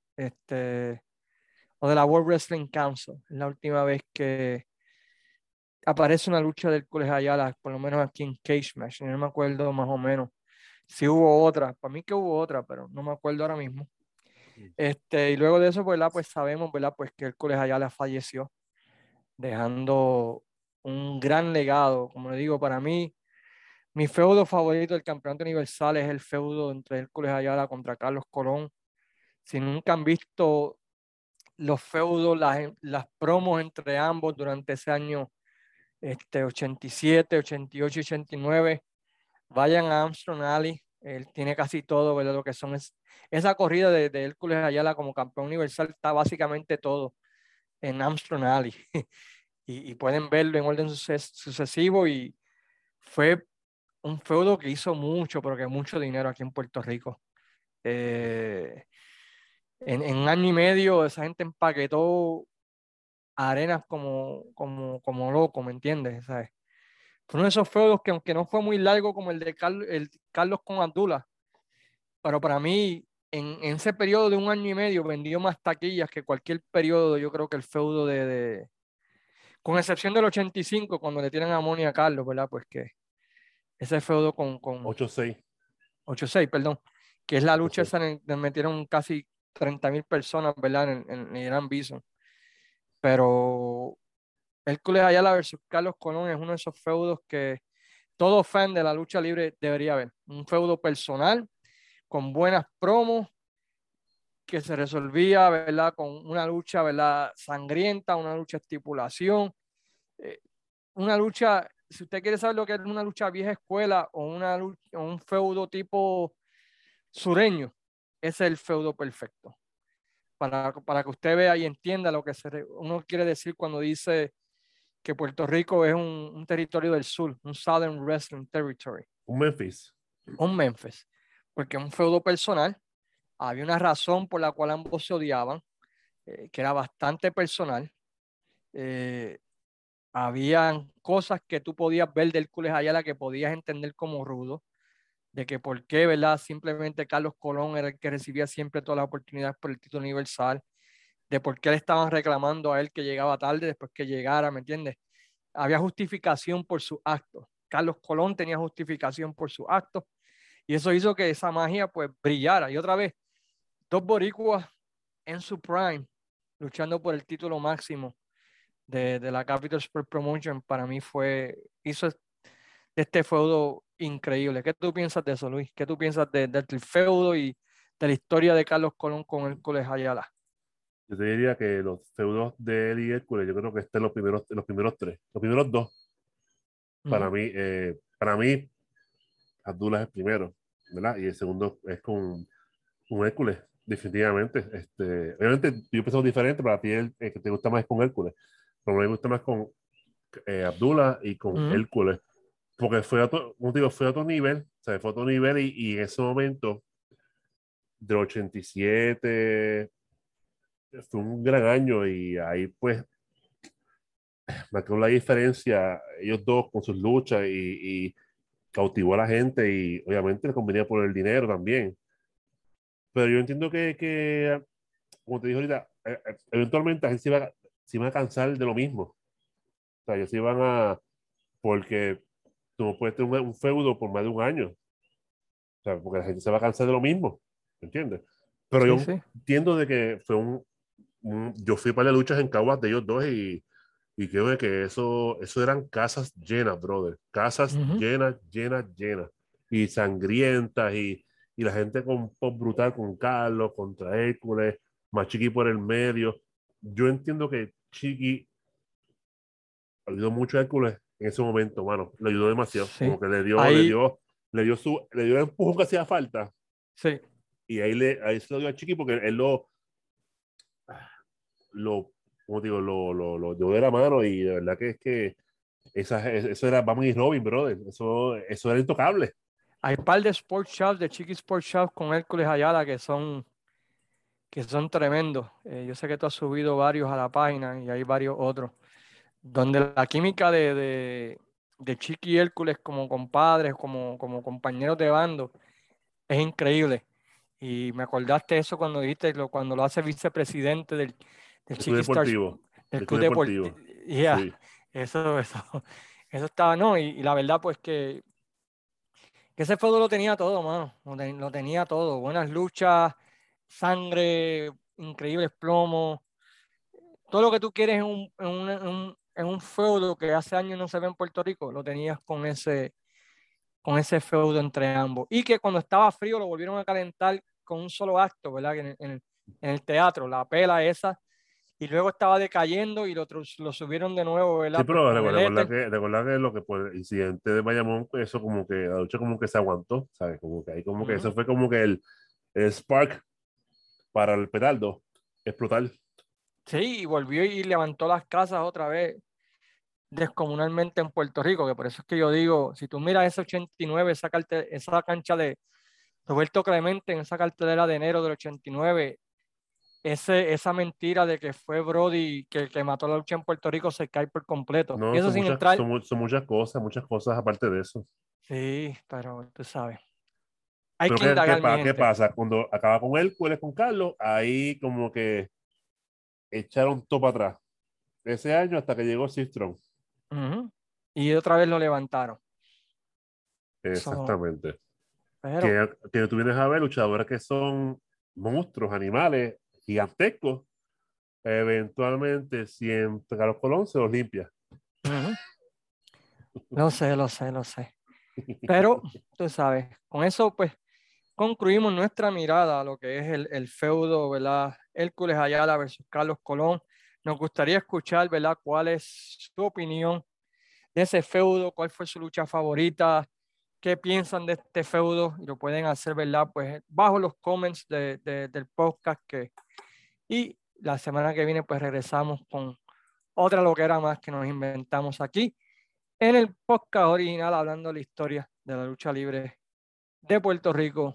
o de la World Wrestling Council. Es la última vez que aparece una lucha del Hércules Ayala, por lo menos aquí en Cage Match. No me acuerdo más o menos si hubo otra. Para mí que hubo otra, pero no me acuerdo ahora mismo. Y luego de eso, ¿verdad? Pues sabemos, ¿verdad? Pues que Hércules Ayala falleció, dejando un gran legado. Como le digo, para mí, mi feudo favorito del campeonato universal es el feudo entre Hércules Ayala contra Carlos Colón. Si nunca han visto los feudos, las promos entre ambos durante ese año 87, 88 y 89, vayan a Armstrong Alley. Él tiene casi todo, ¿verdad? Lo que son esa corrida de Hércules Ayala como campeón universal está básicamente todo en Armstrong Alley. y pueden verlo en orden sucesivo y fue un feudo que hizo mucho, pero que mucho dinero aquí en Puerto Rico. En un año y medio esa gente empaquetó arenas como loco, ¿me entiendes? ¿Sabes? Fue uno de esos feudos que aunque no fue muy largo como el de Carlos con Abdullah, pero para mí en ese periodo de un año y medio vendió más taquillas que cualquier periodo, yo creo que el feudo con excepción del 85, cuando le tiran a Moni a Carlos, ¿verdad? Pues que ese feudo con 8-6. 8-6, perdón, que es la lucha 8-6. esa en donde metieron casi 30,000 personas, ¿verdad? En Irán Bison. Pero Hércules Ayala versus Carlos Colón es uno de esos feudos que todo fan de la lucha libre debería ver. Un feudo personal, con buenas promos, que se resolvía, ¿verdad? Con una lucha, ¿verdad? Sangrienta, una lucha estipulación, eh, una lucha, si usted quiere saber lo que es una lucha vieja escuela o o un feudo tipo sureño, ese es el feudo perfecto. Para que usted vea y entienda lo que uno quiere decir cuando dice que Puerto Rico es un territorio del sur, un Southern Wrestling Territory, Un Memphis. un Memphis, porque es un feudo personal. Había una razón por la cual ambos se odiaban, que era bastante personal. Habían cosas que tú podías ver de Hércules Ayala que podías entender como rudo, de que por qué, ¿verdad? Simplemente Carlos Colón era el que recibía siempre todas las oportunidades por el título universal, de por qué le estaban reclamando a él que llegaba tarde después que llegara, ¿me entiendes? Había justificación por sus actos. Carlos Colón tenía justificación por sus actos y eso hizo que esa magia pues brillara. Y otra vez, dos boricuas en su prime, luchando por el título máximo de la Capital Sport Promotion, para mí hizo este feudo increíble. ¿Qué tú piensas de eso, Luis? ¿Qué tú piensas del feudo y de la historia de Carlos Colón con Hércules Ayala? Yo te diría que los feudos de él y Hércules, yo creo que están los primeros tres, los primeros dos. Ujú. Para mí, Abdullah es el primero, ¿verdad? Y el segundo es con Hércules, definitivamente. Obviamente, yo pienso diferente, para ti el que te gusta más es con Hércules, pero a mí me gusta más con Abdullah y con Ujú. Hércules, porque fue a otro, como te digo, fue a otro nivel, o sea, fue a otro nivel y en ese momento, del 87, fue un gran año y ahí pues marcó la diferencia, ellos dos con sus luchas y cautivó a la gente y obviamente les convenía por el dinero también. Pero yo entiendo como te dije ahorita, eventualmente la gente se iba a cansar de lo mismo. O sea, ellos se iban porque tú no puedes tener un feudo por más de un año. O sea, porque la gente se va a cansar de lo mismo. ¿Me entiendes? Pero Sí, yo sí. entiendo de que fue yo fui para las luchas en Caguas de ellos dos y creo de que eso eran casas llenas, brother. Casas Ujú. llenas, llenas, llenas. Y sangrientas y la gente con pop brutal con Carlos, contra Hércules, más Chiqui por el medio. Yo entiendo que Chiqui ayudó mucho a Hércules en ese momento, mano. Le ayudó demasiado. Sí. Como que Ahí, le dio el empujón que hacía falta. sí. Y ahí se lo dio a Chiqui porque él lo, como digo, lo dio de la mano y de verdad que es que eso era Batman y Robin, brother. Eso era intocable. Hay un par de sports shops, de Chiqui Sports Shops con Hércules Ayala que son tremendos. Yo sé que tú has subido varios a la página y hay varios otros, donde la química de Chiqui y Hércules como compadres, como compañeros de bando, es increíble. Y me acordaste eso cuando dijiste, cuando lo hace vicepresidente del El club Chiqui Stars, deportivo. del El Club club Deportivo. deportivo. Ya, Sí. eso estaba, no, y la verdad, pues que ese feudo lo tenía todo, mano. Lo tenía todo. Buenas luchas, sangre, increíbles plomos. Todo lo que tú quieres en un feudo que hace años no se ve en Puerto Rico, lo tenías con ese feudo entre ambos. Y que cuando estaba frío lo volvieron a calentar con un solo acto, ¿verdad? En el teatro, la pela esa. Y luego estaba decayendo y lo subieron de nuevo, Sí, ¿verdad? Pues pero con el éter. recuerda que lo que por el incidente de Bayamón, eso como que la lucha como que se aguantó, ¿sabes? Como que ahí como que Ujú. eso fue como que el spark para el petardo explotar. Sí, y volvió y levantó las casas otra vez descomunalmente en Puerto Rico, que por eso es que yo digo, si tú miras ese 89, esa cancha de Roberto Clemente, en esa cartelera de enero del 89, esa mentira de que fue Brody que mató la lucha en Puerto Rico se cae por completo. Y No, eso sin entrar, son muchas cosas aparte de eso. sí, pero tú sabes, hay Pero que indagar, mi ¿qué gente. pasa? Cuando acaba con él, pues con Carlos, ahí como que echaron todo para atrás. Ese año hasta que llegó Sistron. Ujú. Y otra vez lo levantaron. So, Exactamente. pero, Que tú vienes a ver luchadores que son monstruos, animales gigantescos. Eventualmente, siempre Carlos Colón se los limpia. ujú, lo sé, lo sé, lo sé. Pero, tú sabes, con eso, pues, concluimos nuestra mirada a lo que es el feudo, ¿verdad? Hércules Ayala versus Carlos Colón. Nos gustaría escuchar, ¿verdad? ¿Cuál es su opinión de ese feudo? ¿Cuál fue su lucha favorita? ¿Qué piensan de este feudo? Y lo pueden hacer, ¿verdad? Pues bajo los comments del podcast. Y la semana que viene, pues regresamos con otra loquera más que nos inventamos aquí en el podcast original, hablando de la historia de la lucha libre de Puerto Rico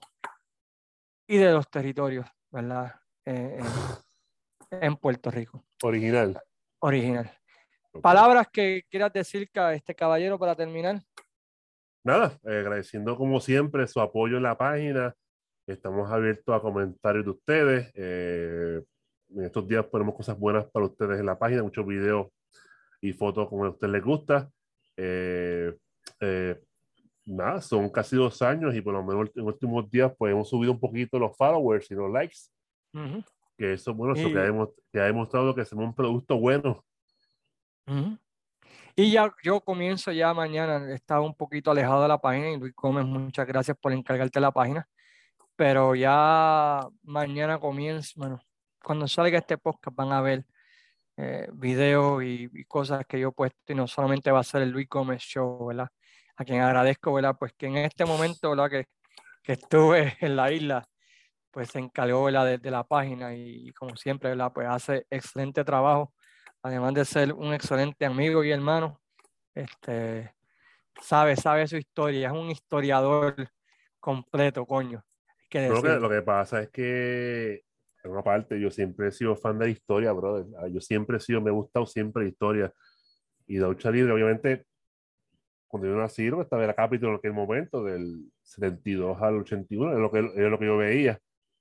y de los territorios, ¿verdad? En Puerto Rico, Original. original. Palabras que quieras decir, caballero, para terminar. Nada, agradeciendo como siempre su apoyo en la página. Estamos abiertos a comentarios de ustedes. En estos días ponemos cosas buenas para ustedes en la página, muchos videos y fotos como a ustedes les gusta. Eh, eh, Nada, son casi 2 años y por lo menos en los últimos días pues hemos subido un poquito los followers y los likes, Uh-huh. que eso, bueno, eso Y, que ha demostrado que hacemos un producto bueno. uh-huh. Y ya yo comienzo ya mañana, estaba un poquito alejado de la página y Luis Gómez, muchas gracias por encargarte la página, pero ya mañana comienzo, bueno, cuando salga este podcast van a ver videos y cosas que yo he puesto y no solamente va a ser el Luis Gómez Show, ¿verdad? A quien agradezco, ¿verdad? Pues que en este momento, ¿verdad? Que estuve en la isla, pues se encargó, ¿verdad? De la página y como siempre, ¿verdad? Pues hace excelente trabajo, además de ser un excelente amigo y hermano, este, sabe su historia, es un historiador completo, coño, hay que No, decirlo. lo que pasa es que, en una parte, yo siempre he sido fan de la historia, brother. Yo siempre he sido, me ha gustado siempre la historia. Y la lucha libre, obviamente, cuando yo nací, no estaba en la Capitol en aquel momento, del 72 al 81, es lo que yo veía.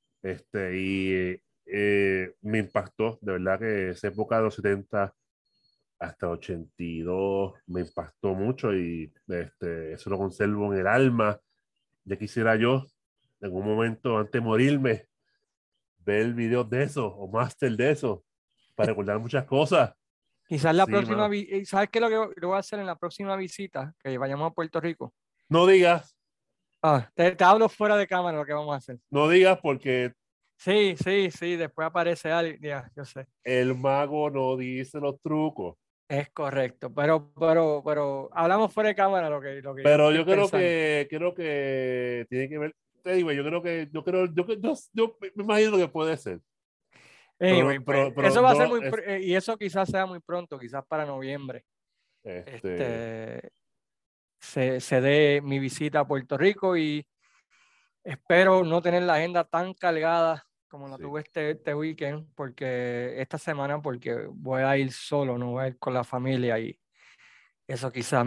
Me impactó, de verdad que esa época de los 70 hasta el 82 me impactó mucho y eso lo conservo en el alma. Ya quisiera yo, en un momento antes de morirme, ver videos de eso o máster de eso para recordar muchas cosas. Quizás la Sí, próxima, mano. ¿sabes qué es lo que voy a hacer en la próxima visita? Que vayamos a Puerto Rico. No digas, Te hablo fuera de cámara lo que vamos a hacer. no digas porque Sí, sí, sí, después aparece alguien, ya, yo sé. el mago no dice los trucos. Es correcto, pero hablamos fuera de cámara lo que yo Pero estoy pensando. creo que tiene que ver. Te digo, yo me imagino que puede ser. Anyway, pues Pero eso va a ser no es y eso quizás sea muy pronto, quizás para noviembre. este. Este, se dé mi visita a Puerto Rico y espero no tener la agenda tan cargada como la Sí. tuve este weekend, porque esta semana, porque voy a ir solo, no voy a ir con la familia y eso quizás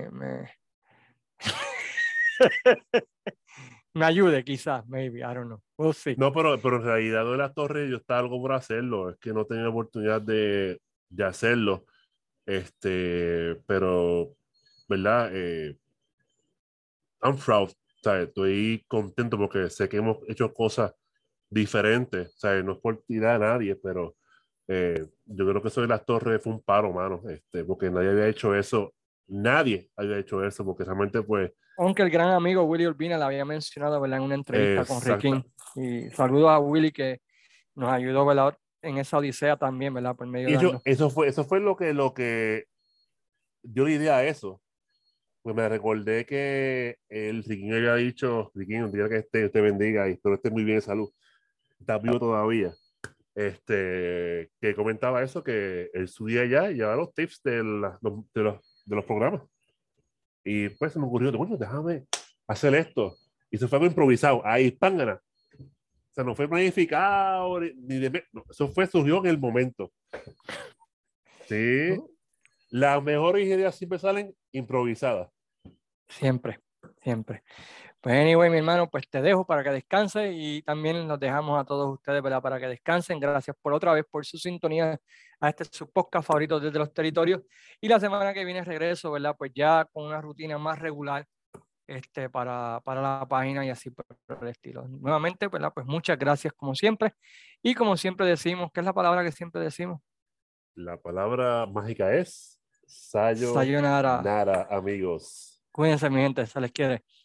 me ayude, quizás, maybe, I don't know, we'll see. No, pero en realidad de la torre yo estaba algo por hacerlo. Es que no tenía oportunidad de hacerlo. Pero, ¿verdad? I'm proud. ¿Sabes? Estoy contento porque sé que hemos hecho cosas diferentes. ¿Sabes? No es por tirar a nadie, pero yo creo que eso de las torres fue un paro, mano. Porque nadie había hecho eso. Nadie había hecho eso, porque realmente, pues, Aunque el gran amigo Willy Urbina la había mencionado, ¿verdad? En una entrevista con exacta. Ricky. Y saludos a Willy que nos ayudó, ¿verdad? En esa odisea también, ¿verdad? Por medio Y de darnos. eso fue lo que dio la idea a eso. Pues me recordé que el Riquín había dicho, Riquín, un día que te bendiga y espero esté muy bien de salud. Está vivo todavía. Que comentaba eso, que él subía ya y llevaba los tips de los programas. Y pues se me ocurrió, bueno, déjame hacer esto. Y eso fue algo improvisado. Ahí, pángana. O sea, no fue planificado, no, eso surgió en el momento. Sí. Las mejores ideas siempre salen improvisadas. Siempre, siempre. Pues anyway, mi hermano, pues te dejo para que descanses y también los dejamos a todos ustedes, ¿verdad? Para que descansen. Gracias por otra vez por su sintonía a este su podcast favorito desde los territorios. Y la semana que viene regreso, ¿verdad? Pues ya con una rutina más regular para la página y así por el estilo. Nuevamente, ¿verdad? Pues muchas gracias como siempre. Y como siempre decimos, ¿qué es la palabra que siempre decimos? La palabra mágica es Sayo Sayonara. Nara, amigos. Cuídense, mi gente, se les quiere.